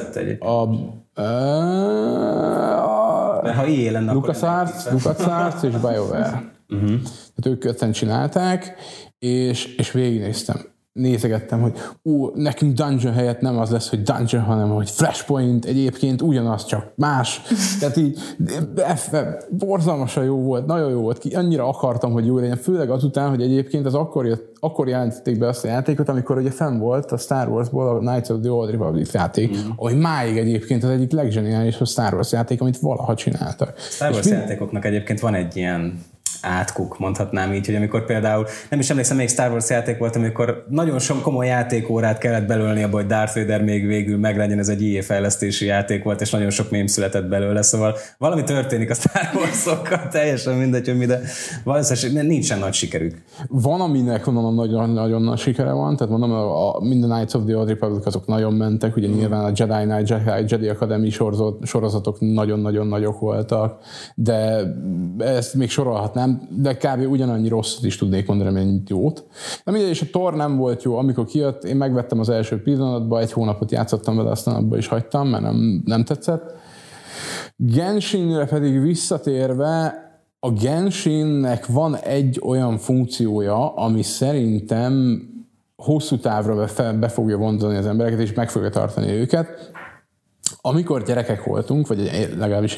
ha ilyen lenne, LucasArts és BioWare. Tehát ők ketten csinálták, és végignéztem. Nézegettem, hogy nekünk dungeon helyett nem az lesz, hogy dungeon, hanem hogy Flashpoint, egyébként ugyanaz, csak más. Tehát így borzalmasan jó volt, nagyon jó volt, annyira akartam, hogy jó legyen, főleg azután, hogy egyébként az akkor jelentették be azt a játékot, amikor ugye fenn volt a Star Warsból a Knights of the Old Republic játék, ami máig egyébként az egyik legzseniálisabb Star Wars játék, amit valaha csináltak. Star Wars játékoknak egyébként van egy ilyen átkuk, mondhatnám így, hogy amikor például, nem is emlékszem, még Star Wars játék volt, amikor nagyon sok komoly játékórát kellett belőlni abba, hogy Darth Vader még végül meglegyen, ez egy EA fejlesztési játék volt, és nagyon sok mém született belőle, szóval valami történik a Star Wars-okkal, teljesen mindegy, hogy mi, de valószínűleg nincsen nagy sikerük. Van, aminek nagyon nagy sikere van, tehát mondom, minden Knights of the Old Republic azok nagyon mentek, ugye nyilván a Jedi Knight, Jedi Academy sorozatok nagyon-nagyon nagyok voltak, de ezt még sorolhatnám, de kb. Ugyanannyi rosszat is tudnék mondani, mint jót. De mindegy, és a Thor nem volt jó, amikor kijött, én megvettem az első pillanatban, 1 hónapot játszottam vele, aztán abba is hagytam, mert nem tetszett. Genshinre pedig visszatérve, a Genshinnek van egy olyan funkciója, ami szerintem hosszú távra be fogja vonzani az embereket, és meg fogja tartani őket. Amikor gyerekek voltunk, vagy legalábbis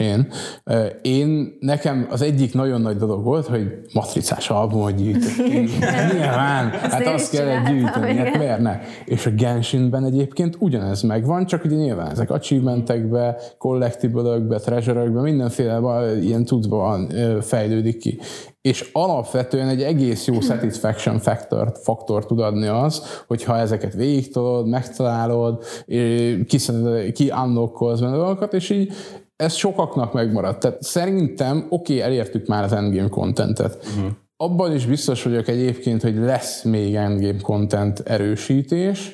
nekem az egyik nagyon nagy dolog volt, hogy matricás albumot gyűjtöttünk. Nyilván, hát azt kellett gyűjteni, hát miért ne? És a Genshinben egyébként ugyanez megvan, csak ugye nyilván ezek achievementekbe, collectible-ökbe, treasure-ökbe, mindenféle ilyen tudban fejlődik ki. És alapvetően egy egész jó satisfaction faktor tud adni az, hogyha ezeket végigtolod, megtalálod, ki-unlockolsz benne dolgokat, és így ez sokaknak megmaradt. Tehát szerintem elértük már az endgame contentet. Abban is biztos vagyok egyébként, hogy lesz még endgame content erősítés,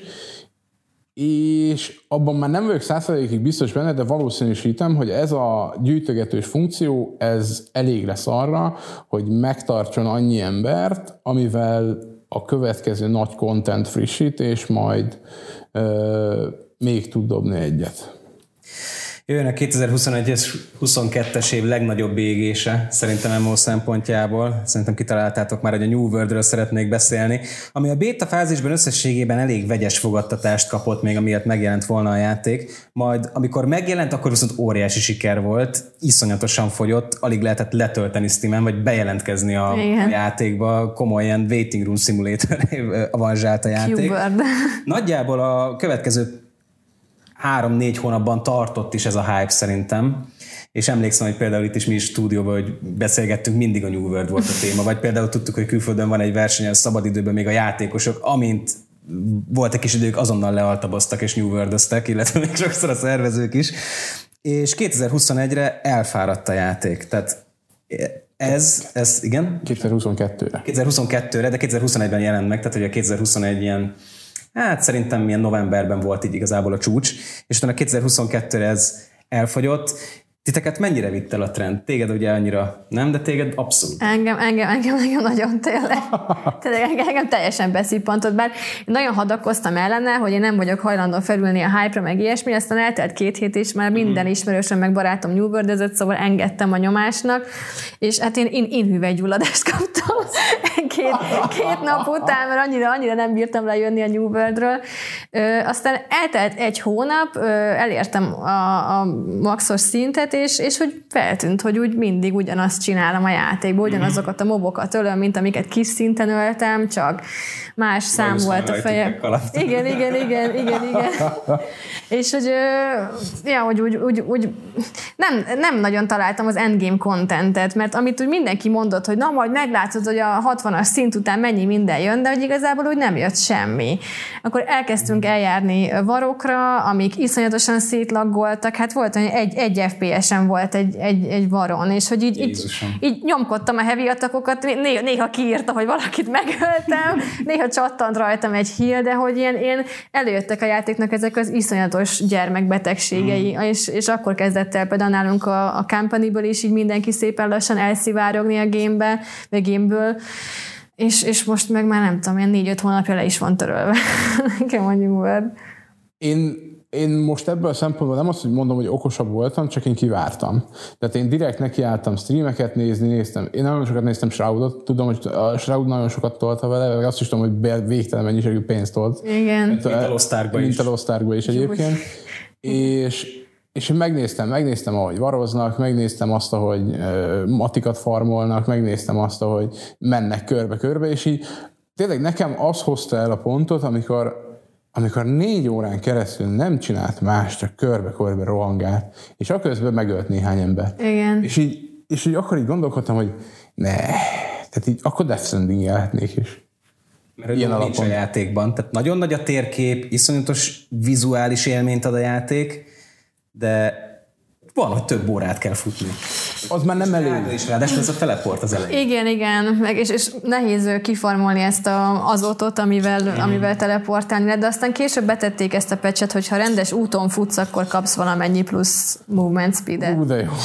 és abban már nem vagyok 100%-ig biztos benne, de valószínűsítem, hogy ez a gyűjtögetős funkció, ez elég lesz arra, hogy megtartson annyi embert, amivel a következő nagy content frissítés majd még tud dobni egyet. Jöjjön a 2021-es 22-es év legnagyobb égése, szerintem MMO szempontjából. Szerintem kitaláltátok már, hogy a New Worldről szeretnék beszélni, ami a beta fázisban összességében elég vegyes fogadtatást kapott még, amiatt megjelent volna a játék. Majd amikor megjelent, akkor viszont óriási siker volt, iszonyatosan fogyott, alig lehetett letölteni Steamen, vagy bejelentkezni a játékba, komoly ilyen waiting room simulator avanzsált a játék. Nagyjából a következő 3-4 hónapban tartott is ez a hype szerintem, és emlékszem, hogy például itt is mi is stúdióban, hogy beszélgettünk, mindig a New World volt a téma, vagy például tudtuk, hogy külföldön van egy verseny, a szabadidőben még a játékosok, amint volt egy kis idők, azonnal lealtaboztak és New World-öztek, illetve még sokszor a szervezők is, és 2021-re elfáradt a játék, tehát ez igen? 2022-re. 2022-re, de 2021-ben jelent meg, tehát hogy a 2021 ilyen szerintem milyen novemberben volt így igazából a csúcs, és utána 2022-re ez elfogyott. Titeket mennyire vitt el a trend? Téged ugye annyira nem, de téged abszolút. Engem nagyon tényleg engem teljesen beszippantott, bár nagyon hadakoztam ellene, hogy én nem vagyok hajlandó felülni a hype-ra, meg ilyesmi, aztán eltelt 2 hét is, már minden ismerősöm meg barátom New World-özött, szóval engedtem a nyomásnak, és hát én hüvelygyulladást kaptam két nap után, mert annyira nem bírtam lejönni a New World-ről. Aztán eltelt 1 hónap, elértem a maxos szintet, és hogy feltűnt, hogy úgy mindig ugyanazt csinálom a játékban, ugyanazokat a mobokat ölöm, mint amiket kis szinten öltem, csak más szám volt a fejem. Igen. És hogy úgy nem nagyon találtam az endgame contentet, mert amit úgy mindenki mondott, hogy na majd meglátod, hogy a 60-as szint után mennyi minden jön, de hogy igazából úgy nem jött semmi. Akkor elkezdtünk eljárni varokra, amik iszonyatosan szétlaggoltak, hát volt, hogy egy FPS-en volt egy varon, és hogy így nyomkodtam a heavy attackokat, néha kiírta, hogy valakit megöltem, néha csattant rajtam egy heal, de hogy ilyen előjöttek a játéknak ezek az iszonyatos gyermekbetegségei, és akkor kezdett el például nálunk a company-ből is így mindenki szépen lassan elszivárogni a gameből, és most meg már nem tudom, ilyen 4-5 hónapja le is van törölve. Nekem a New World. Én most ebből a szempontból nem azt, hogy mondom, hogy okosabb voltam, csak én kivártam. Tehát én direkt nekiálltam streameket néztem. Én nagyon sokat néztem Shroudot, tudom, hogy a Shroud nagyon sokat tolta vele, meg azt is tudom, hogy végtelen mennyiségű pénzt tolt. Igen. Mint a Lost Arkba is egyébként. És én megnéztem, ahogy varoznak, megnéztem azt, ahogy matikat farmolnak, megnéztem azt, ahogy mennek körbe-körbe, és így tényleg nekem az hozta el a pontot, amikor 4 órán keresztül nem csinált más, csak körbe-körbe rohangált, és aközben megölt néhány ember. Igen. És így akkor így gondolkodtam, hogy Tehát így akkor Death Stranding-jelhetnék is. Mert ilyen nincs a játékban. Tehát nagyon nagy a térkép, iszonyatos vizuális élményt ad a játék, de van, hogy több órát kell futni. Az már nem elég. És ráadásul ez a teleport az elején. Igen, és nehéz kifarmolni ezt az otot, amivel teleportálni lehet, de aztán később betették ezt a patchet, hogy ha rendes úton futsz, akkor kapsz valamennyi plusz movement speedet. De jó.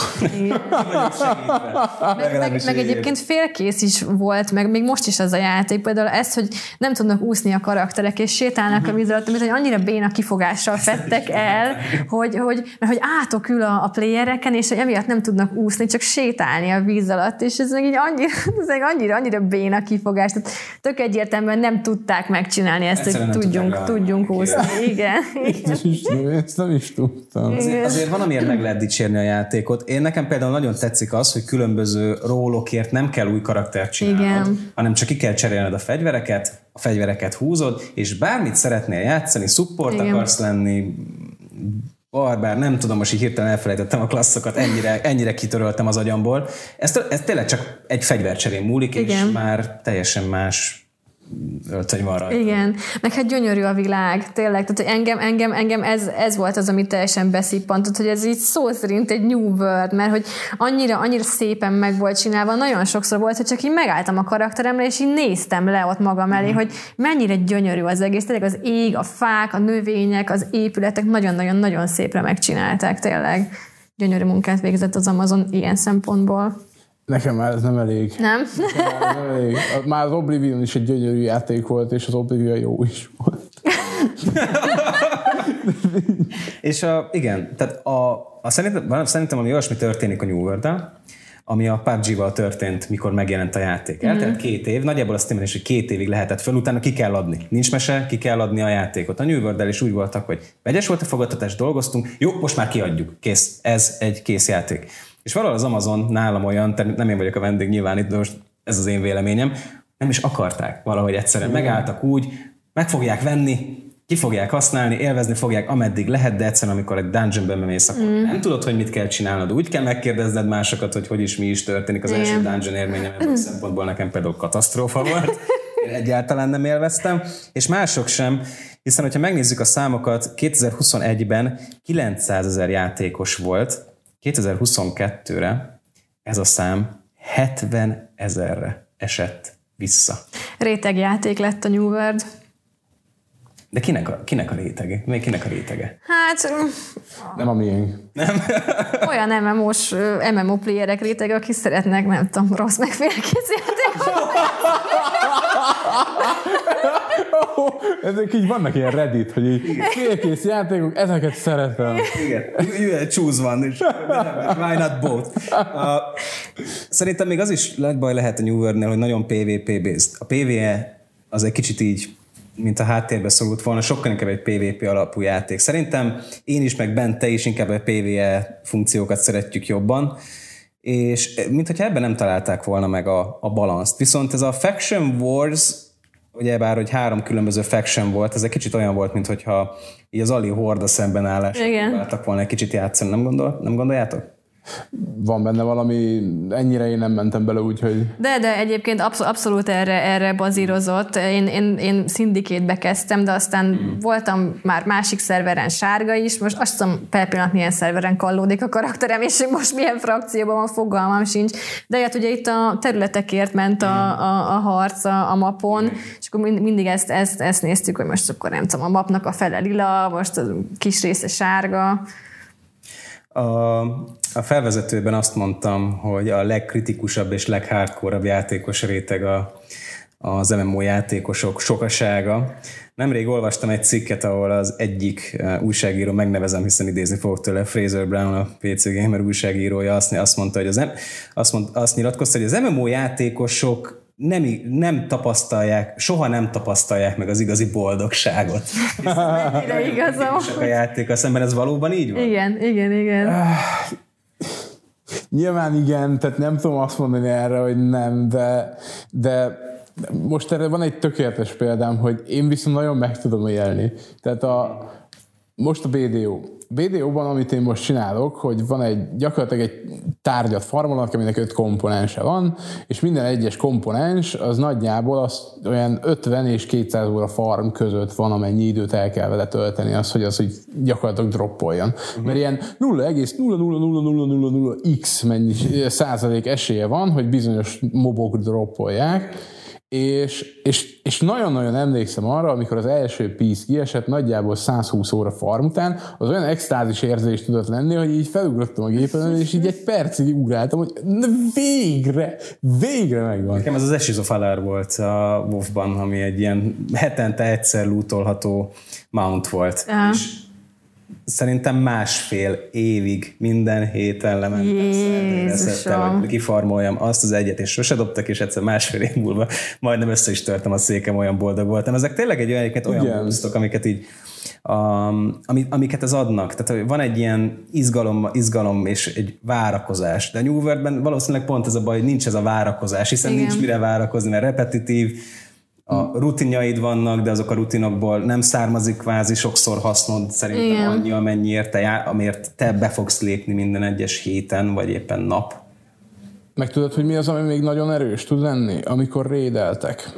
meg egyébként félkész is volt, meg még most is az a játék, például ez, hogy nem tudnak úszni a karakterek, és sétálnak a víz alatt, amit annyira béna kifogással fettek el, hogy átokül a playereken, és hogy emiatt nem tudnak úszni, csak sétálni a víz alatt, és ez meg így annyira béna kifogás. Tehát tök egyértelműen nem tudták megcsinálni ezt, hogy tudjunk úszni. Igen. Ezt nem is tudtam. Azért van, amiért meg lehet dicsérni a játékot. Nekem például nagyon tetszik az, hogy különböző rólokért nem kell új karaktert csinálnod, hanem csak ki kell cserélned a fegyvereket húzod, és bármit szeretnél játszani, support akarsz lenni, barbár, nem tudom, most így hirtelen elfelejtettem a klasszokat, ennyire kitöröltem az agyamból. Ez tényleg csak egy fegyvercserén múlik, és már teljesen más öltöny van rajta. Igen, meg hát gyönyörű a világ, tényleg, tehát engem ez volt az, ami teljesen beszippantott, hogy ez így szó szerint egy New World, mert hogy annyira szépen meg volt csinálva, nagyon sokszor volt, hogy csak így megálltam a karakteremre, és így néztem le ott magam elé, hogy mennyire gyönyörű az egész, tényleg az ég, a fák, a növények, az épületek nagyon-nagyon-nagyon szépre megcsinálták, tényleg. Gyönyörű munkát végzett az Amazon ilyen szempontból. Nekem már ez nem elég. Nem? Nem elég. Már az Oblivion is egy gyönyörű játék volt, és az Oblivion jó is volt. És igen, tehát szerintem ami olyasmi történik a New World-del, ami a PUBG-val történt, mikor megjelent a játék. Eltelt 2 év, nagyjából azt mondom, hogy 2 évig lehetett föl, utána ki kell adni. Nincs mese, ki kell adni a játékot. A New World-del is úgy voltak, hogy vegyes volt a fogadtatás, dolgoztunk, jó, most már kiadjuk. Kész, ez egy kész játék. És valahol az Amazon nálam olyan, nem én vagyok a vendég nyilván itt, de most ez az én véleményem, nem is akarták valahogy egyszerűen. Megálltak úgy, meg fogják venni, ki fogják használni, élvezni fogják, ameddig lehet, de egyszerűen amikor egy dungeonben bemész, akkor nem tudod, hogy mit kell csinálnod. Úgy kell megkérdezned másokat, hogy is mi is történik. Az első dungeon élményem ebből szempontból nekem például katasztrófa volt. Én egyáltalán nem élveztem, és mások sem, hiszen hogyha megnézzük a számokat, 2021-ben 900 000 játékos volt, 2022-re ez a szám 70 000-re esett vissza. Rétegjáték lett a New World. De kinek a rétege? Még kinek a rétege? Hát... Nem a miénk. Nem? Olyan MMO playerek rétege, akik szeretnek, nem tudom, rossz meg félkész játékot. Ezek így vannak ilyen Reddit, hogy így félkész játékok, ezeket szeretem. Igen, choose one, és why not both? Szerintem még az is baj lehet a New World-nél, hogy nagyon PvP-based. A PvE az egy kicsit így mint a háttérbe szorult volna, sokkal inkább egy PvP alapú játék. Szerintem én is, meg bent te is inkább a PvE funkciókat szeretjük jobban, és mintha ebben nem találták volna meg a balanszt. Viszont ez a Faction Wars, ugyebár, hogy 3 különböző faction volt, ez egy kicsit olyan volt, mintha így az Ali Horda szembenállásra próbáltak volna egy kicsit játszani. Nem gondoljátok? Van benne valami, ennyire én nem mentem bele, úgyhogy... De egyébként abszolút erre bazírozott. Én Syndicate-be kezdtem, de aztán voltam már másik szerveren sárga is, most azt hiszem per pillanat milyen szerveren kallódik a karakterem, és most milyen frakcióban van, fogalmam sincs. De hát ugye itt a területekért ment a harc a mapon, és akkor mindig ezt néztük, hogy most akkor nem tudom, a mapnak a fele lila, most a kis része sárga. A felvezetőben azt mondtam, hogy a legkritikusabb és leghardcore-abb játékos réteg az MMO játékosok sokasága. Nemrég olvastam egy cikket, ahol az egyik újságíró, megnevezem, hiszen idézni fogok tőle, Fraser Brown, a PC Gamer újságírója, azt mondta, hogy azt nyilatkozta, hogy az MMO játékosok nem tapasztalják, soha nem tapasztalják meg az igazi boldogságot. Mennyire igazam. A játékkal szemben ez valóban így van? Igen. Nyilván igen, tehát nem tudom azt mondani erre, hogy nem, de most erre van egy tökéletes példám, hogy én viszont nagyon meg tudom élni. Tehát most a BDO. BDO-ban, amit én most csinálok, hogy van gyakorlatilag egy tárgyat farmolnak, aminek 5 komponense van, és minden egyes komponens az nagyjából olyan 50 és 200 óra farm között van, amennyi időt el kell vele tölteni, hogy az így gyakorlatilag droppoljon. Mert ilyen 0,00000x százalék esélye van, hogy bizonyos mobok droppolják, és nagyon-nagyon emlékszem arra, amikor az első piece kiesett nagyjából 120 óra farm után, az olyan extázis érzés tudott lenni, hogy így felugrottam a gépen, és így egy percig ugráltam, hogy végre megvan. Nekem ez az Ashes of Alar volt a WoW-ban, ami egy ilyen hetente egyszer lootolható mount volt. És szerintem 1,5 évig minden héten lementem, hogy kifarmoljam azt az egyet, és sose dobtak, és egyszer 1,5 év múlva majdnem össze is törtem a székem, olyan boldog voltam. Ezek tényleg olyan boosztok, amiket így amiket ez adnak. Tehát van egy ilyen izgalom és egy várakozás. De a New World-ben valószínűleg pont ez a baj, hogy nincs ez a várakozás, hiszen nincs mire várakozni, mert repetitív, a rutinjaid vannak, de azok a rutinokból nem származik kvázi sokszor hasznod szerintem annyi, amiért te be fogsz lépni minden egyes héten, vagy éppen nap. Meg tudod, hogy mi az, ami még nagyon erős tud lenni? Amikor rédeltek,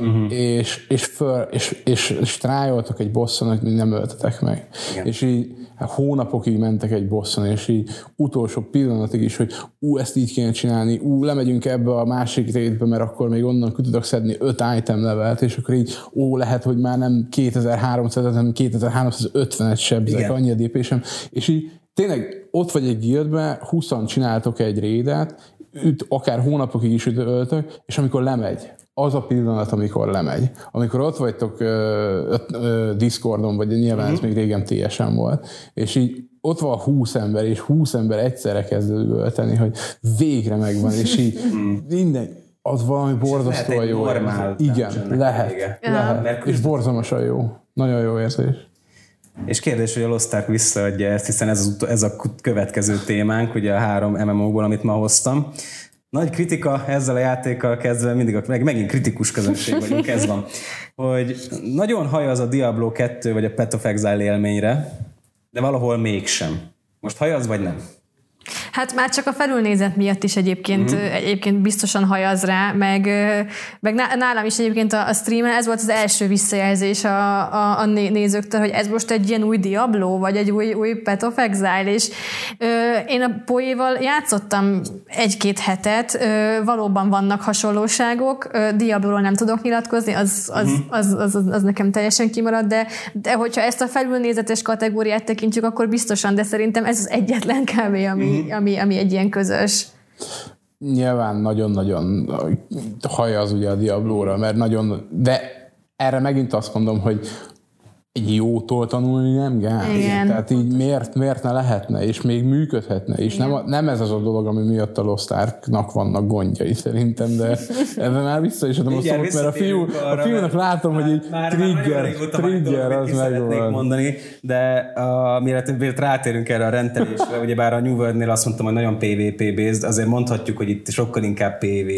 és trájoltak egy bosszon, hogy még nem öltetek meg. Igen. És így hónapokig mentek egy bosszon, és így utolsó pillanatig is, hogy ezt így kéne csinálni, lemegyünk ebbe a másik rétbe, mert akkor még onnan tudok szedni 5 item levelt, és akkor így lehet, hogy már nem 2300, hanem 2350-et sebzek, annyi a DP-sem. És így tényleg ott vagy egy guildbe, 20-an csináltok egy raidet, akár hónapokig is öltök, és amikor lemegy, az a pillanat, amikor lemegy. Amikor ott vagytok Discordon, vagy nyilván ez még régen TSM volt, és így ott van 20 ember, és 20 ember egyszerre kezd ölteni, hogy végre megvan, és így minden, az valami borzasztóan jó. Igen, lehet. És borzalmasan jó. Nagyon jó érzés. És kérdés, hogy a Lost Ark visszaadja ezt, hiszen ez a következő témánk, ugye a 3 MMO-ból, amit ma hoztam. Nagy kritika ezzel a játékkal kezdve, megint kritikus közönség vagyunk, ez van. Hogy nagyon hajaz a Diablo 2 vagy a Path of Exile élményre, de valahol mégsem. Most hajaz vagy nem? Hát már csak a felülnézet miatt is egyébként biztosan hajaz rá, meg nálam is egyébként a streamen ez volt az első visszajelzés a nézőktől, hogy ez most egy ilyen új Diablo, vagy egy új Path of Exile, és én a Poéval játszottam 1-2 hetet, valóban vannak hasonlóságok, Diablo-ról nem tudok nyilatkozni, az nekem teljesen kimarad, de hogyha ezt a felülnézetes kategóriát tekintjük, akkor biztosan, de szerintem ez az egyetlen kb. Ami egy ilyen közös. Nyilván nagyon-nagyon hajaz ugye a Diablóra, mert nagyon, de erre megint azt mondom, hogy egy jótól tanulni nem gáz. Tehát így miért ne lehetne, és még működhetne, és nem ez az a dolog, ami miatt a Lost Arknak vannak gondjai szerintem, de ebben már vissza is adom a szót, mert a fiúnak látom, hogy így trigger az megvan. Mondani, de miért rátérünk erre a rendelésre, ugyebár a New World-nél azt mondtam, hogy nagyon PvP-based, azért mondhatjuk, hogy itt sokkal inkább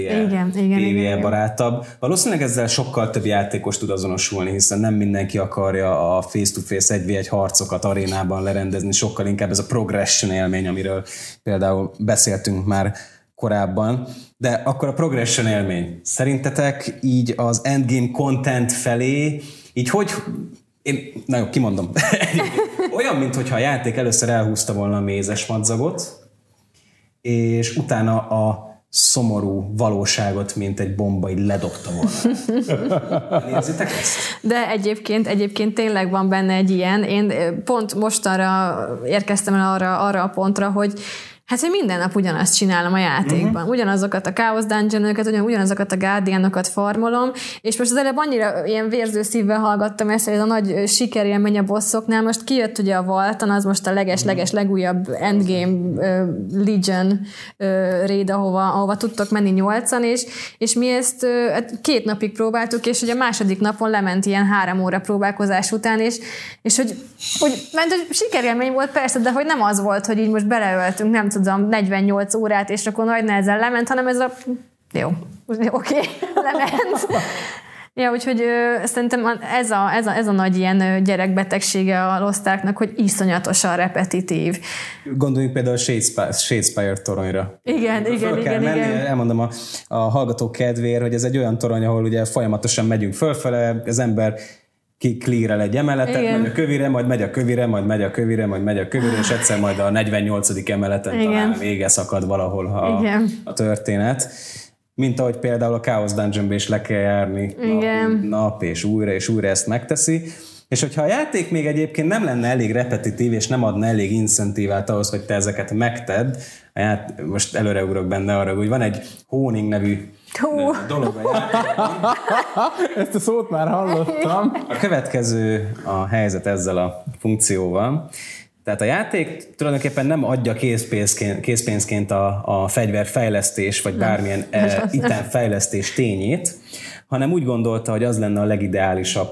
PvE barátabb. Valószínűleg ezzel sokkal több játékos tud azonosulni, hiszen nem mindenki akarja a face-to-face 1v1 harcokat arénában lerendezni, sokkal inkább ez a progression élmény, amiről például beszéltünk már korábban. De akkor a progression élmény. Szerintetek így az endgame content felé, így hogy... Na jó, kimondom. Olyan, mintha a játék először elhúzta volna a mézes madzagot, és utána a szomorú valóságot, mint egy bomba, így ledobta volna. Érzitek ezt? De egyébként tényleg van benne egy ilyen. Én pont mostanra érkeztem el arra a pontra, hogy minden nap ugyanazt csinálom a játékban. Ugyanazokat a Chaos Dungeon-öket, ugyanazokat a Guardianokat farmolom, és most az előbb annyira ilyen vérző szívvel hallgattam ezt, hogy ez a nagy sikerélmény a bosszoknál. Most kijött ugye a Valtan, az most a leges legújabb Endgame Legion raid, ahova tudtok menni 8-an, és mi ezt 2 napig próbáltuk, és ugye a második napon lement ilyen 3 óra próbálkozás után, és hogy sikerélmény volt persze, de hogy nem az volt, hogy így most beleöltünk, nem tudom, 48 órát, és akkor nagy nehezen lement, hanem ez a... Jó, oké, lement. Ja, úgyhogy szerintem ez a nagy ilyen gyerekbetegsége a Lost Arknak, hogy iszonyatosan repetitív. Gondoljunk például a Shadespire toronyra. Igen. Elmondom a hallgatók kedvéért, hogy ez egy olyan torony, ahol ugye folyamatosan megyünk fölfele, az ember clear-el egy emeletet, megy a kövire, majd megy a kövire, majd megy a kövire, majd megy a kövire, és egyszer majd a 48. emeleten talán vége szakad valahol a történet. Mint ahogy például a Chaos Dungeonbe is le kell járni nap és újra ezt megteszi. És hogyha a játék még egyébként nem lenne elég repetitív, és nem adna elég incentívát ahhoz, hogy te ezeket megtedd, most előreugrok benne arra, hogy van egy Honing nevű dolog a játékban. Ezt a szót már hallottam. A következő a helyzet ezzel a funkcióval. Tehát a játék tulajdonképpen nem adja készpénzként a fegyverfejlesztés, vagy bármilyen itemfejlesztés tényét, hanem úgy gondolta, hogy az lenne a legideálisabb,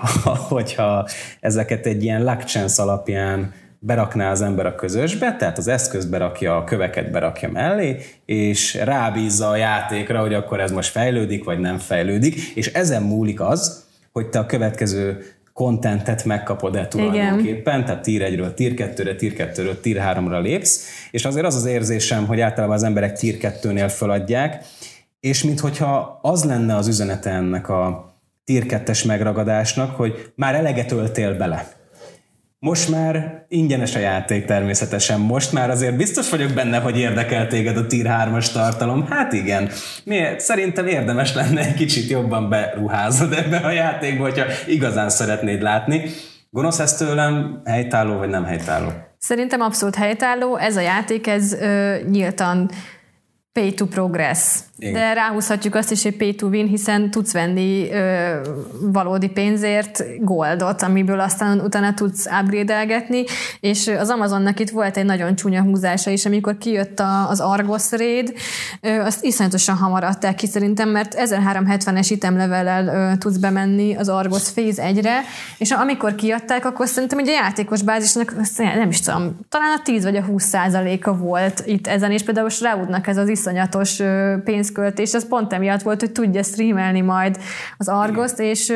hogyha ezeket egy ilyen luck chance alapján berakná az ember a közösbe, tehát az eszközt berakja, a köveket berakja mellé, és rábízza a játékra, hogy akkor ez most fejlődik, vagy nem fejlődik, és ezen múlik az, hogy te a következő contentet megkapod-e tulajdonképpen, tehát tier 1-ről tier 2-re, tier 2-ről tier 3-ra lépsz, és azért az érzésem, hogy általában az emberek tier 2-nél feladják, és minthogyha az lenne az üzenete ennek a tier 2-es megragadásnak, hogy már eleget öltél bele. Most már ingyenes a játék természetesen, most már azért biztos vagyok benne, hogy érdekel téged a tier 3-as tartalom. Hát igen, szerintem érdemes lenne egy kicsit jobban beruházod ebbe a játékba, hogyha igazán szeretnéd látni. Gonosz ez tőlem, helytálló vagy nem helytálló? Szerintem abszolút helytálló, ez a játék, ez nyíltan pay to progress. Igen. De ráhúzhatjuk azt is, hogy pay to win, hiszen tudsz venni valódi pénzért goldot, amiből aztán utána tudsz upgrade-elgetni, és az Amazonnak itt volt egy nagyon csúnya húzása is, amikor kijött az Argos raid, azt iszonyatosan hamar adták ki szerintem, mert 1370-es itemlevellel tudsz bemenni az Argos Phase 1-re, és amikor kiadták, akkor szerintem ugye a játékos bázisnak, nem is tudom, talán a 10 vagy a 20%-a volt itt ezen, és például Shroudnak ez az iszonyatos pénzköltés, az pont emiatt volt, hogy tudja streamelni majd az Argoszt, és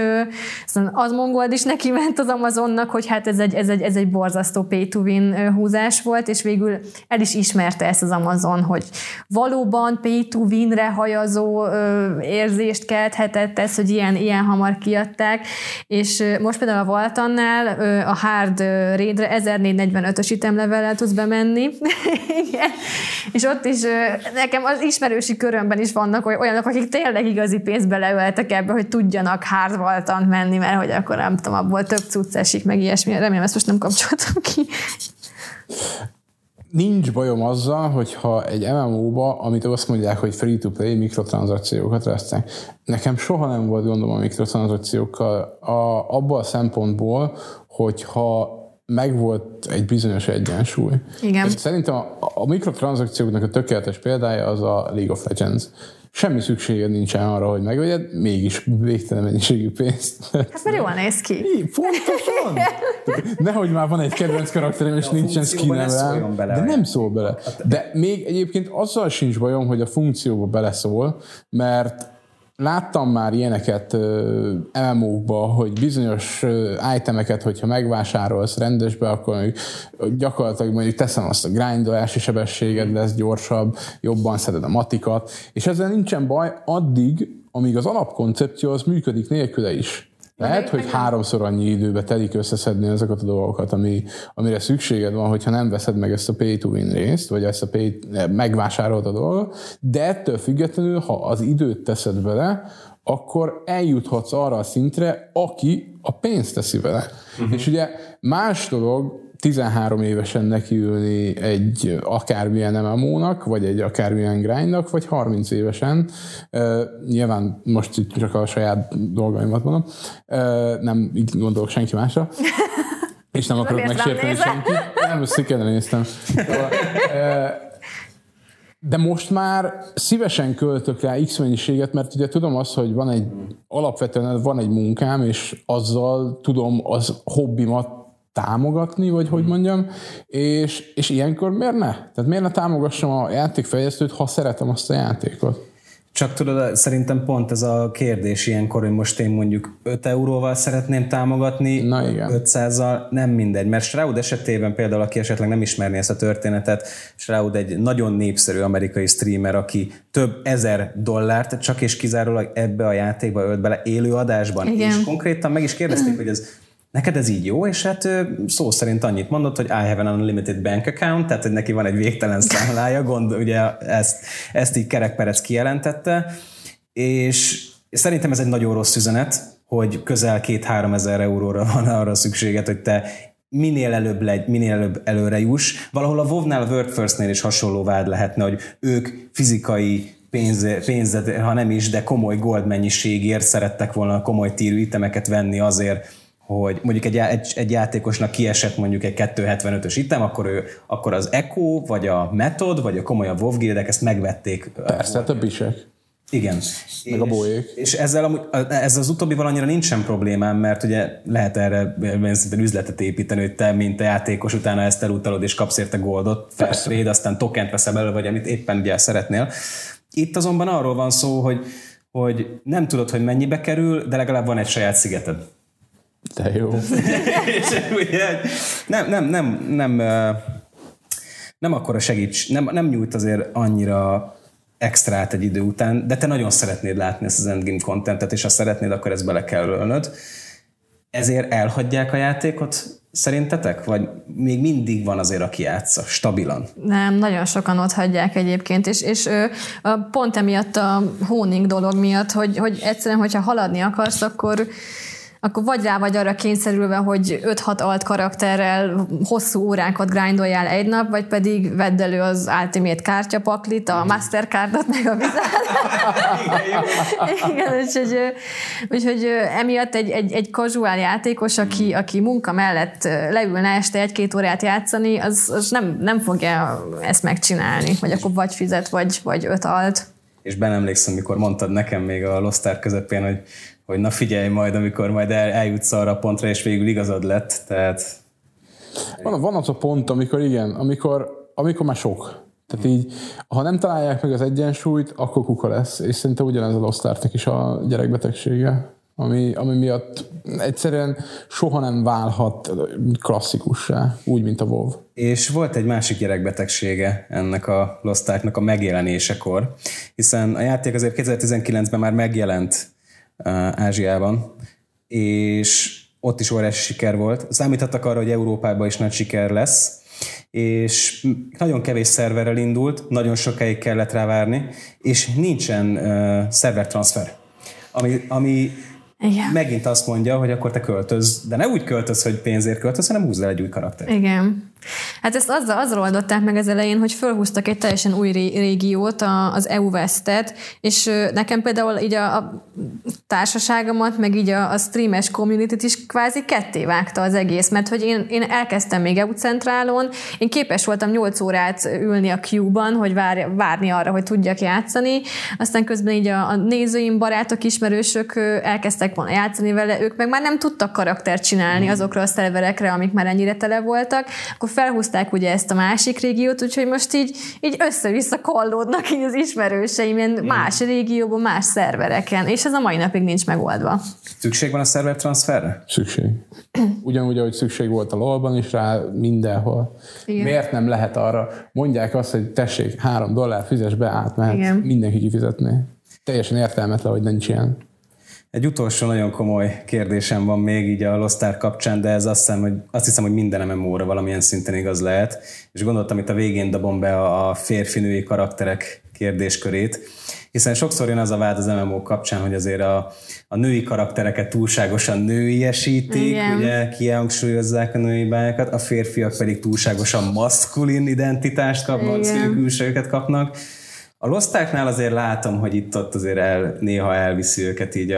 az Mongold is neki ment az Amazonnak, hogy hát ez egy borzasztó pay to win húzás volt, és végül el is ismerte ezt az Amazon, hogy valóban pay to winre hajazó érzést kelthetett ez, hogy ilyen hamar kiadták, és most például a Valtannál a hard raidre 1445-ös itemlevellel tudsz bemenni, igen, és ott is nekem az ismerősi körömben is vannak olyanok, akik tényleg igazi pénzt beleöltek ebbe, hogy tudjanak hard Valtant menni, mert hogy akkor nem tudom, abból több cucc esik, meg ilyesmi. Remélem, ezt most nem kapcsoltam ki. Nincs bajom azzal, hogyha egy MMO-ba, amit azt mondják, hogy free-to-play, mikrotranszakciókat vesznek. Nekem soha nem volt gondom a mikrotranszakciókkal abban a szempontból, hogyha megvolt egy bizonyos egyensúly. Igen. Szerintem a mikrotranszakcióknak a tökéletes példája az a League of Legends. Semmi szükséged nincsen arra, hogy megvegyed, mégis végtelen mennyiségű pénzt. Hát mert jól néz ki. Pontosan! Nehogy már van egy kedvenc karakterem, és nincsen skinem, de nem szól bele. De még egyébként azzal sincs bajom, hogy a funkcióba beleszól, mert láttam már ilyeneket MMO-kba, hogy bizonyos itemeket, hogyha megvásárolsz rendesbe, akkor gyakorlatilag mondjuk teszem azt a grindolási sebességed lesz gyorsabb, jobban szeded a matikat, és ezzel nincsen baj addig, amíg az alapkoncepció az működik nélküle is. Lehet, hogy 3-szor annyi időbe telik összeszedni ezeket a dolgokat, amire szükséged van, hogyha nem veszed meg ezt a pay to win részt, vagy ezt a megvásárolt a dolgot, de ettől függetlenül, ha az időt teszed vele, akkor eljuthatsz arra a szintre, aki a pénzt teszi vele. És ugye más dolog 13 évesen nekiülni egy akármilyen MMO-nak, vagy egy akármilyen grindnak, vagy 30 évesen. Nyilván most itt csak a saját dolgaimat mondom. Nem így gondolok senki másra. És nem akarok megsérteni senkit. Nem, szépen néztem. De most már szívesen költök rá X mennyiséget, mert ugye tudom azt, hogy alapvetően van egy munkám, és azzal tudom az hobbimat támogatni, vagy hogy mondjam, és ilyenkor miért ne? Tehát miért ne támogassam a játékfejlesztőt, ha szeretem azt a játékot? Csak tudod, szerintem pont ez a kérdés ilyenkor, hogy most én mondjuk 5 euróval szeretném támogatni, 500-al, nem mindegy. Mert Shroud esetében például, aki esetleg nem ismerné ezt a történetet, Shroud egy nagyon népszerű amerikai streamer, aki több $1000 csak és kizárólag ebbe a játékba ölt bele élő adásban. Igen. És konkrétan meg is kérdezték, hogy neked ez így jó, és hát szó szerint annyit mondott, hogy I have an unlimited bank account, tehát hogy neki van egy végtelen számlája, ugye ezt így kerekperec kijelentette, és szerintem ez egy nagyon rossz üzenet, hogy közel 2-3 ezer euróra van arra szükséged, hogy te minél előbb előre juss. Valahol a WoW-nál, a World First-nél is hasonló vád lehetne, hogy ők fizikai pénzet, ha nem is, de komoly gold mennyiségért szerettek volna komoly tírű itemeket venni azért, hogy mondjuk egy játékosnak kiesett mondjuk egy 275-ös item, akkor az Echo, vagy a Method, vagy a komolyabb WoW guildek ezt megvették. Persze, több isek. Igen. Meg a bolyék. És ezzel az utóbbival annyira nincsen problémám, mert ugye lehet erre szintén üzletet építeni, hogy te, mint a játékos, utána ezt elutalod, és kapsz érte goldot, trade, aztán tokent veszel belőle, vagy amit éppen ugye szeretnél. Itt azonban arról van szó, hogy nem tudod, hogy mennyibe kerül, de legalább van egy saját szigeted. De jó. És ugye nem akkora nem nyújt azért annyira extrát egy idő után, de te nagyon szeretnéd látni ezt az endgame contentet, és ha szeretnéd, akkor ezt bele kell ölnöd. Ezért elhagyják a játékot szerintetek? Vagy még mindig van azért, aki játsza stabilan? Nem, nagyon sokan ott hagyják egyébként, és pont emiatt a honing dolog miatt, hogy egyszerűen, hogyha haladni akarsz, akkor vagy rá vagy arra kényszerülve, hogy 5-6 alt karakterrel hosszú órákat grindoljál egy nap, vagy pedig vedd elő az Ultimate kártyapaklit, a Mastercardot, meg a vizát. Igen, úgyhogy emiatt egy casual játékos, aki munka mellett leülne este 1-2 órát játszani, az nem fogja ezt megcsinálni, vagy akkor vagy fizet, vagy 5 alt. És emlékszem, mikor mondtad nekem még a Lost Ark közepén, hogy na figyelj majd, amikor majd eljutsz arra a pontra, és végül igazad lett, tehát... Van az a pont, amikor már sok. Tehát így, ha nem találják meg az egyensúlyt, akkor kuka lesz. És szerintem ugyanez a Lost Arknak is a gyerekbetegsége, ami miatt egyszerűen soha nem válhat klasszikussá, úgy, mint a WoW. És volt egy másik gyerekbetegsége ennek a Lost Arknak a megjelenésekor, hiszen a játék azért 2019-ben már megjelent Ázsiában, és ott is óriási siker volt. Számíthattak arra, hogy Európában is nagy siker lesz, és nagyon kevés szerverrel indult, nagyon sokáig kellett rá várni, és nincsen szervertranszfer, ami igen. Megint azt mondja, hogy akkor te költöz, de ne úgy költöz, hogy pénzért költöz, hanem húzz el egy új karakter. Igen. Hát ezt azzal oldották meg az elején, hogy fölhúztak egy teljesen új régiót, az EU Westet, és nekem például így a társaságomat, meg így a streames community-t is kvázi ketté vágta az egész, mert hogy én elkezdtem még EU Centrálon, én képes voltam 8 órát ülni a queue-ban, hogy várni arra, hogy tudjak játszani, aztán közben így a nézőim, barátok, ismerősök elkezdtek volna játszani vele, ők meg már nem tudtak karaktert csinálni azokra a szerverekre, amik már ennyire tele voltak, akkor felhúzták ugye ezt a másik régiót, úgyhogy most így össze-vissza kallódnak így az ismerőseim ilyen más régióban, más szervereken, és ez a mai napig nincs megoldva. Szükség van a szervertranszferre? Szükség. Ugyanúgy, ahogy szükség volt a LoL-ban is rá, mindenhol. Igen. Miért nem lehet arra? Mondják azt, hogy tessék, $3 fizes be, átmehet, mindenki kifizetné. Teljesen értelmetlen, hogy nincs ilyen. Egy utolsó nagyon komoly kérdésem van még így a Lost Ark kapcsán, de ez azt hiszem, hogy minden MMO-ra valamilyen szinten igaz lehet, és gondoltam, itt a végén dobom be a férfi-női karakterek kérdéskörét, hiszen sokszor jön az a vád az MMO kapcsán, hogy azért a női karaktereket túlságosan nőiesítik, ugye kihangsúlyozzák a női bájákat, a férfiak pedig túlságosan maszkulin identitást kapnak, külsőket kapnak. A Lost Arknál azért látom, hogy itt-ott azért néha elviszi őket így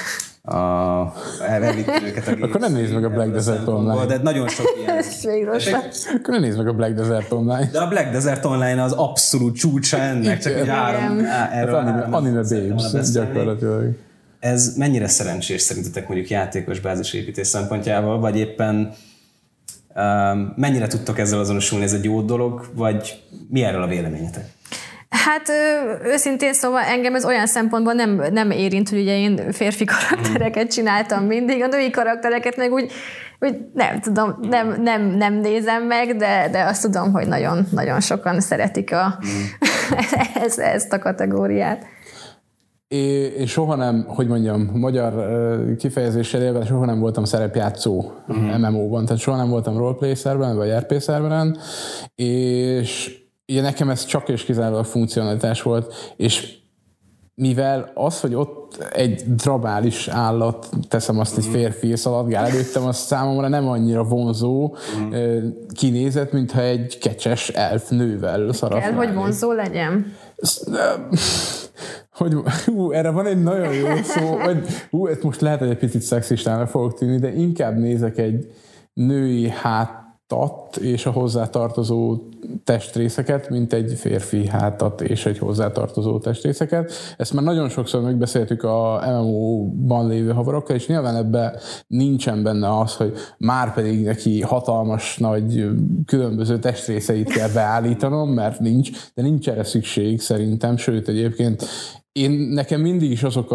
elvitt őket a gép. Akkor nem nézd meg a Black Desert Online. De nagyon sok ilyen. Akkor nem nézd meg a Black Desert Online. De a Black Desert Online az abszolút csúcsa ennek, csak egy anime babes gyakorlatilag. Ez mennyire szerencsés szerintetek mondjuk játékos bázisépítés szempontjából, vagy éppen mennyire tudtok ezzel azonosulni, ez egy jó dolog, vagy mi erről a véleményetek? Hát őszintén szóval engem ez olyan szempontból nem érint, hogy ugye én férfi karaktereket csináltam mindig, a női karaktereket meg úgy nem tudom, nem nézem meg, de azt tudom, hogy nagyon, nagyon sokan szeretik ezt a kategóriát. Én soha nem, hogy mondjam, magyar kifejezéssel élve, de soha nem voltam szerepjátszó MMO-ban, tehát soha nem voltam roleplay szerveren, vagy RP szerveren, és ugye nekem ez csak és kizárólag funkcionalitás volt, és mivel az, hogy ott egy drabális állat, teszem azt, egy férfi szaladgál előttem, az számomra nem annyira vonzó kinézet, mintha egy kecses elf nővel szaladgál. Kell, hogy vonzó legyen? Erre van egy nagyon jó szó, hogy ez most lehet, hogy egy picit szexistának fogok tűnni, de inkább nézek egy női hátat és a hozzátartozó testrészeket, mint egy férfi hátat és egy hozzátartozó testrészeket. Ezt már nagyon sokszor megbeszéltük a MMO-ban lévő havarokkal, és nyilván ebben nincsen benne az, hogy már pedig neki hatalmas nagy különböző testrészeit kell beállítanom, mert de nincs erre szükség szerintem, sőt egyébként nekem mindig is azok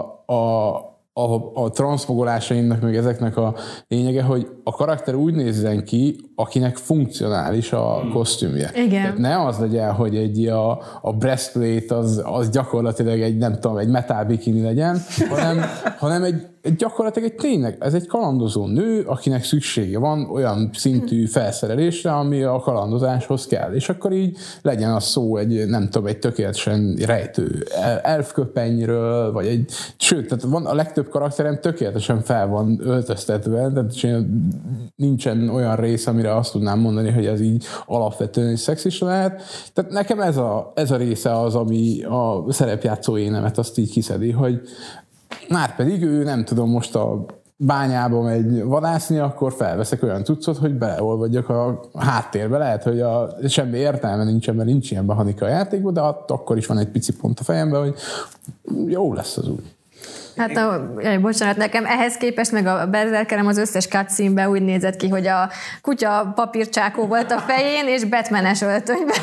a transzmogolásaimnak, meg ezeknek a lényege, hogy a karakter úgy nézzen ki, akinek funkcionális a kosztümje. Igen. Tehát ne az legyen, hogy a breastplate az gyakorlatilag egy metal bikini legyen, hanem gyakorlatilag tényleg, ez egy kalandozó nő, akinek szüksége van olyan szintű felszerelésre, ami a kalandozáshoz kell. És akkor így legyen az szó egy tökéletesen rejtő elfköpenyről, vagy sőt, tehát a legtöbb karakterem tökéletesen fel van öltöztetve, tehát nincsen olyan rész, amire azt tudnám mondani, hogy ez így alapvetően is szexista lehet. Tehát nekem ez a része az, ami a szerepjátszó énemet azt így kiszedi, hogy már pedig ő nem tudom, most a bányába megy vadászni, akkor felveszek olyan cuccot, hogy beleolvadjak a háttérbe. Lehet, hogy semmi értelme nincsen, mert nincs ilyen mechanika a játékban, de akkor is van egy pici pont a fejemben, hogy jó lesz az úgy. Hát bocsánat, nekem ehhez képest meg a Berserkerem az összes cutscene-ben úgy nézett ki, hogy a kutya papírcsákó volt a fején, és Batman-es öltönyben.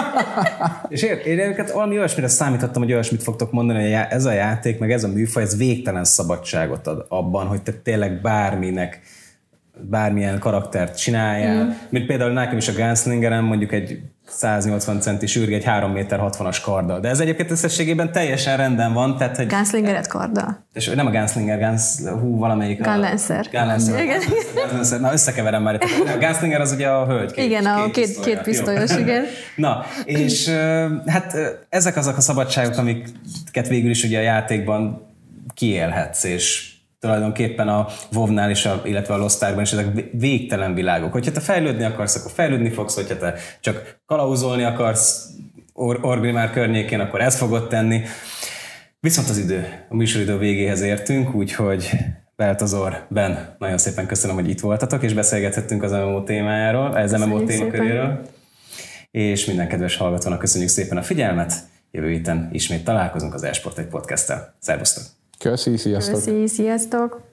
És én őket valami olyasmire számítottam, hogy olyasmit fogtok mondani, hogy ez a játék, meg ez a műfaj, ez végtelen szabadságot ad abban, hogy te tényleg bármilyen karaktert csináljál. Mint például nekem is a Gunslingeren mondjuk egy 180 centi sürge, egy 3 méter 60-as karddal. De ez egyébként összességében teljesen rendben van. Tehát, hogy Gunslingeret karddal? És nem a Gunslinger, valamelyik Gunlancer. Gunlancer. Na, összekeverem már. A Gunslinger az ugye a hölgy. Igen, a két pisztolyos, igen. Na, és hát ezek azok a szabadságok, amiket végül is ugye a játékban kiélhetsz, és tulajdonképpen a WoW-nál is, illetve a Lost Arkban is ezek végtelen világok. Hogyha te fejlődni akarsz, akkor fejlődni fogsz, hogyha te csak kalauzolni akarsz Orgrimmar környékén, akkor ezt fogod tenni. Viszont a műsoridő végéhez értünk, úgyhogy Beltazor, Ben, nagyon szépen köszönöm, hogy itt voltatok, és beszélgethettünk az MMO témájáról, az MMO témaköréről. És minden kedves hallgatónak köszönjük szépen a figyelmet. Jövő héten ismét találkozunk az eSport egy podcasttel. Szervusztok! Köszi, sziasztok! Köszi, sziasztok!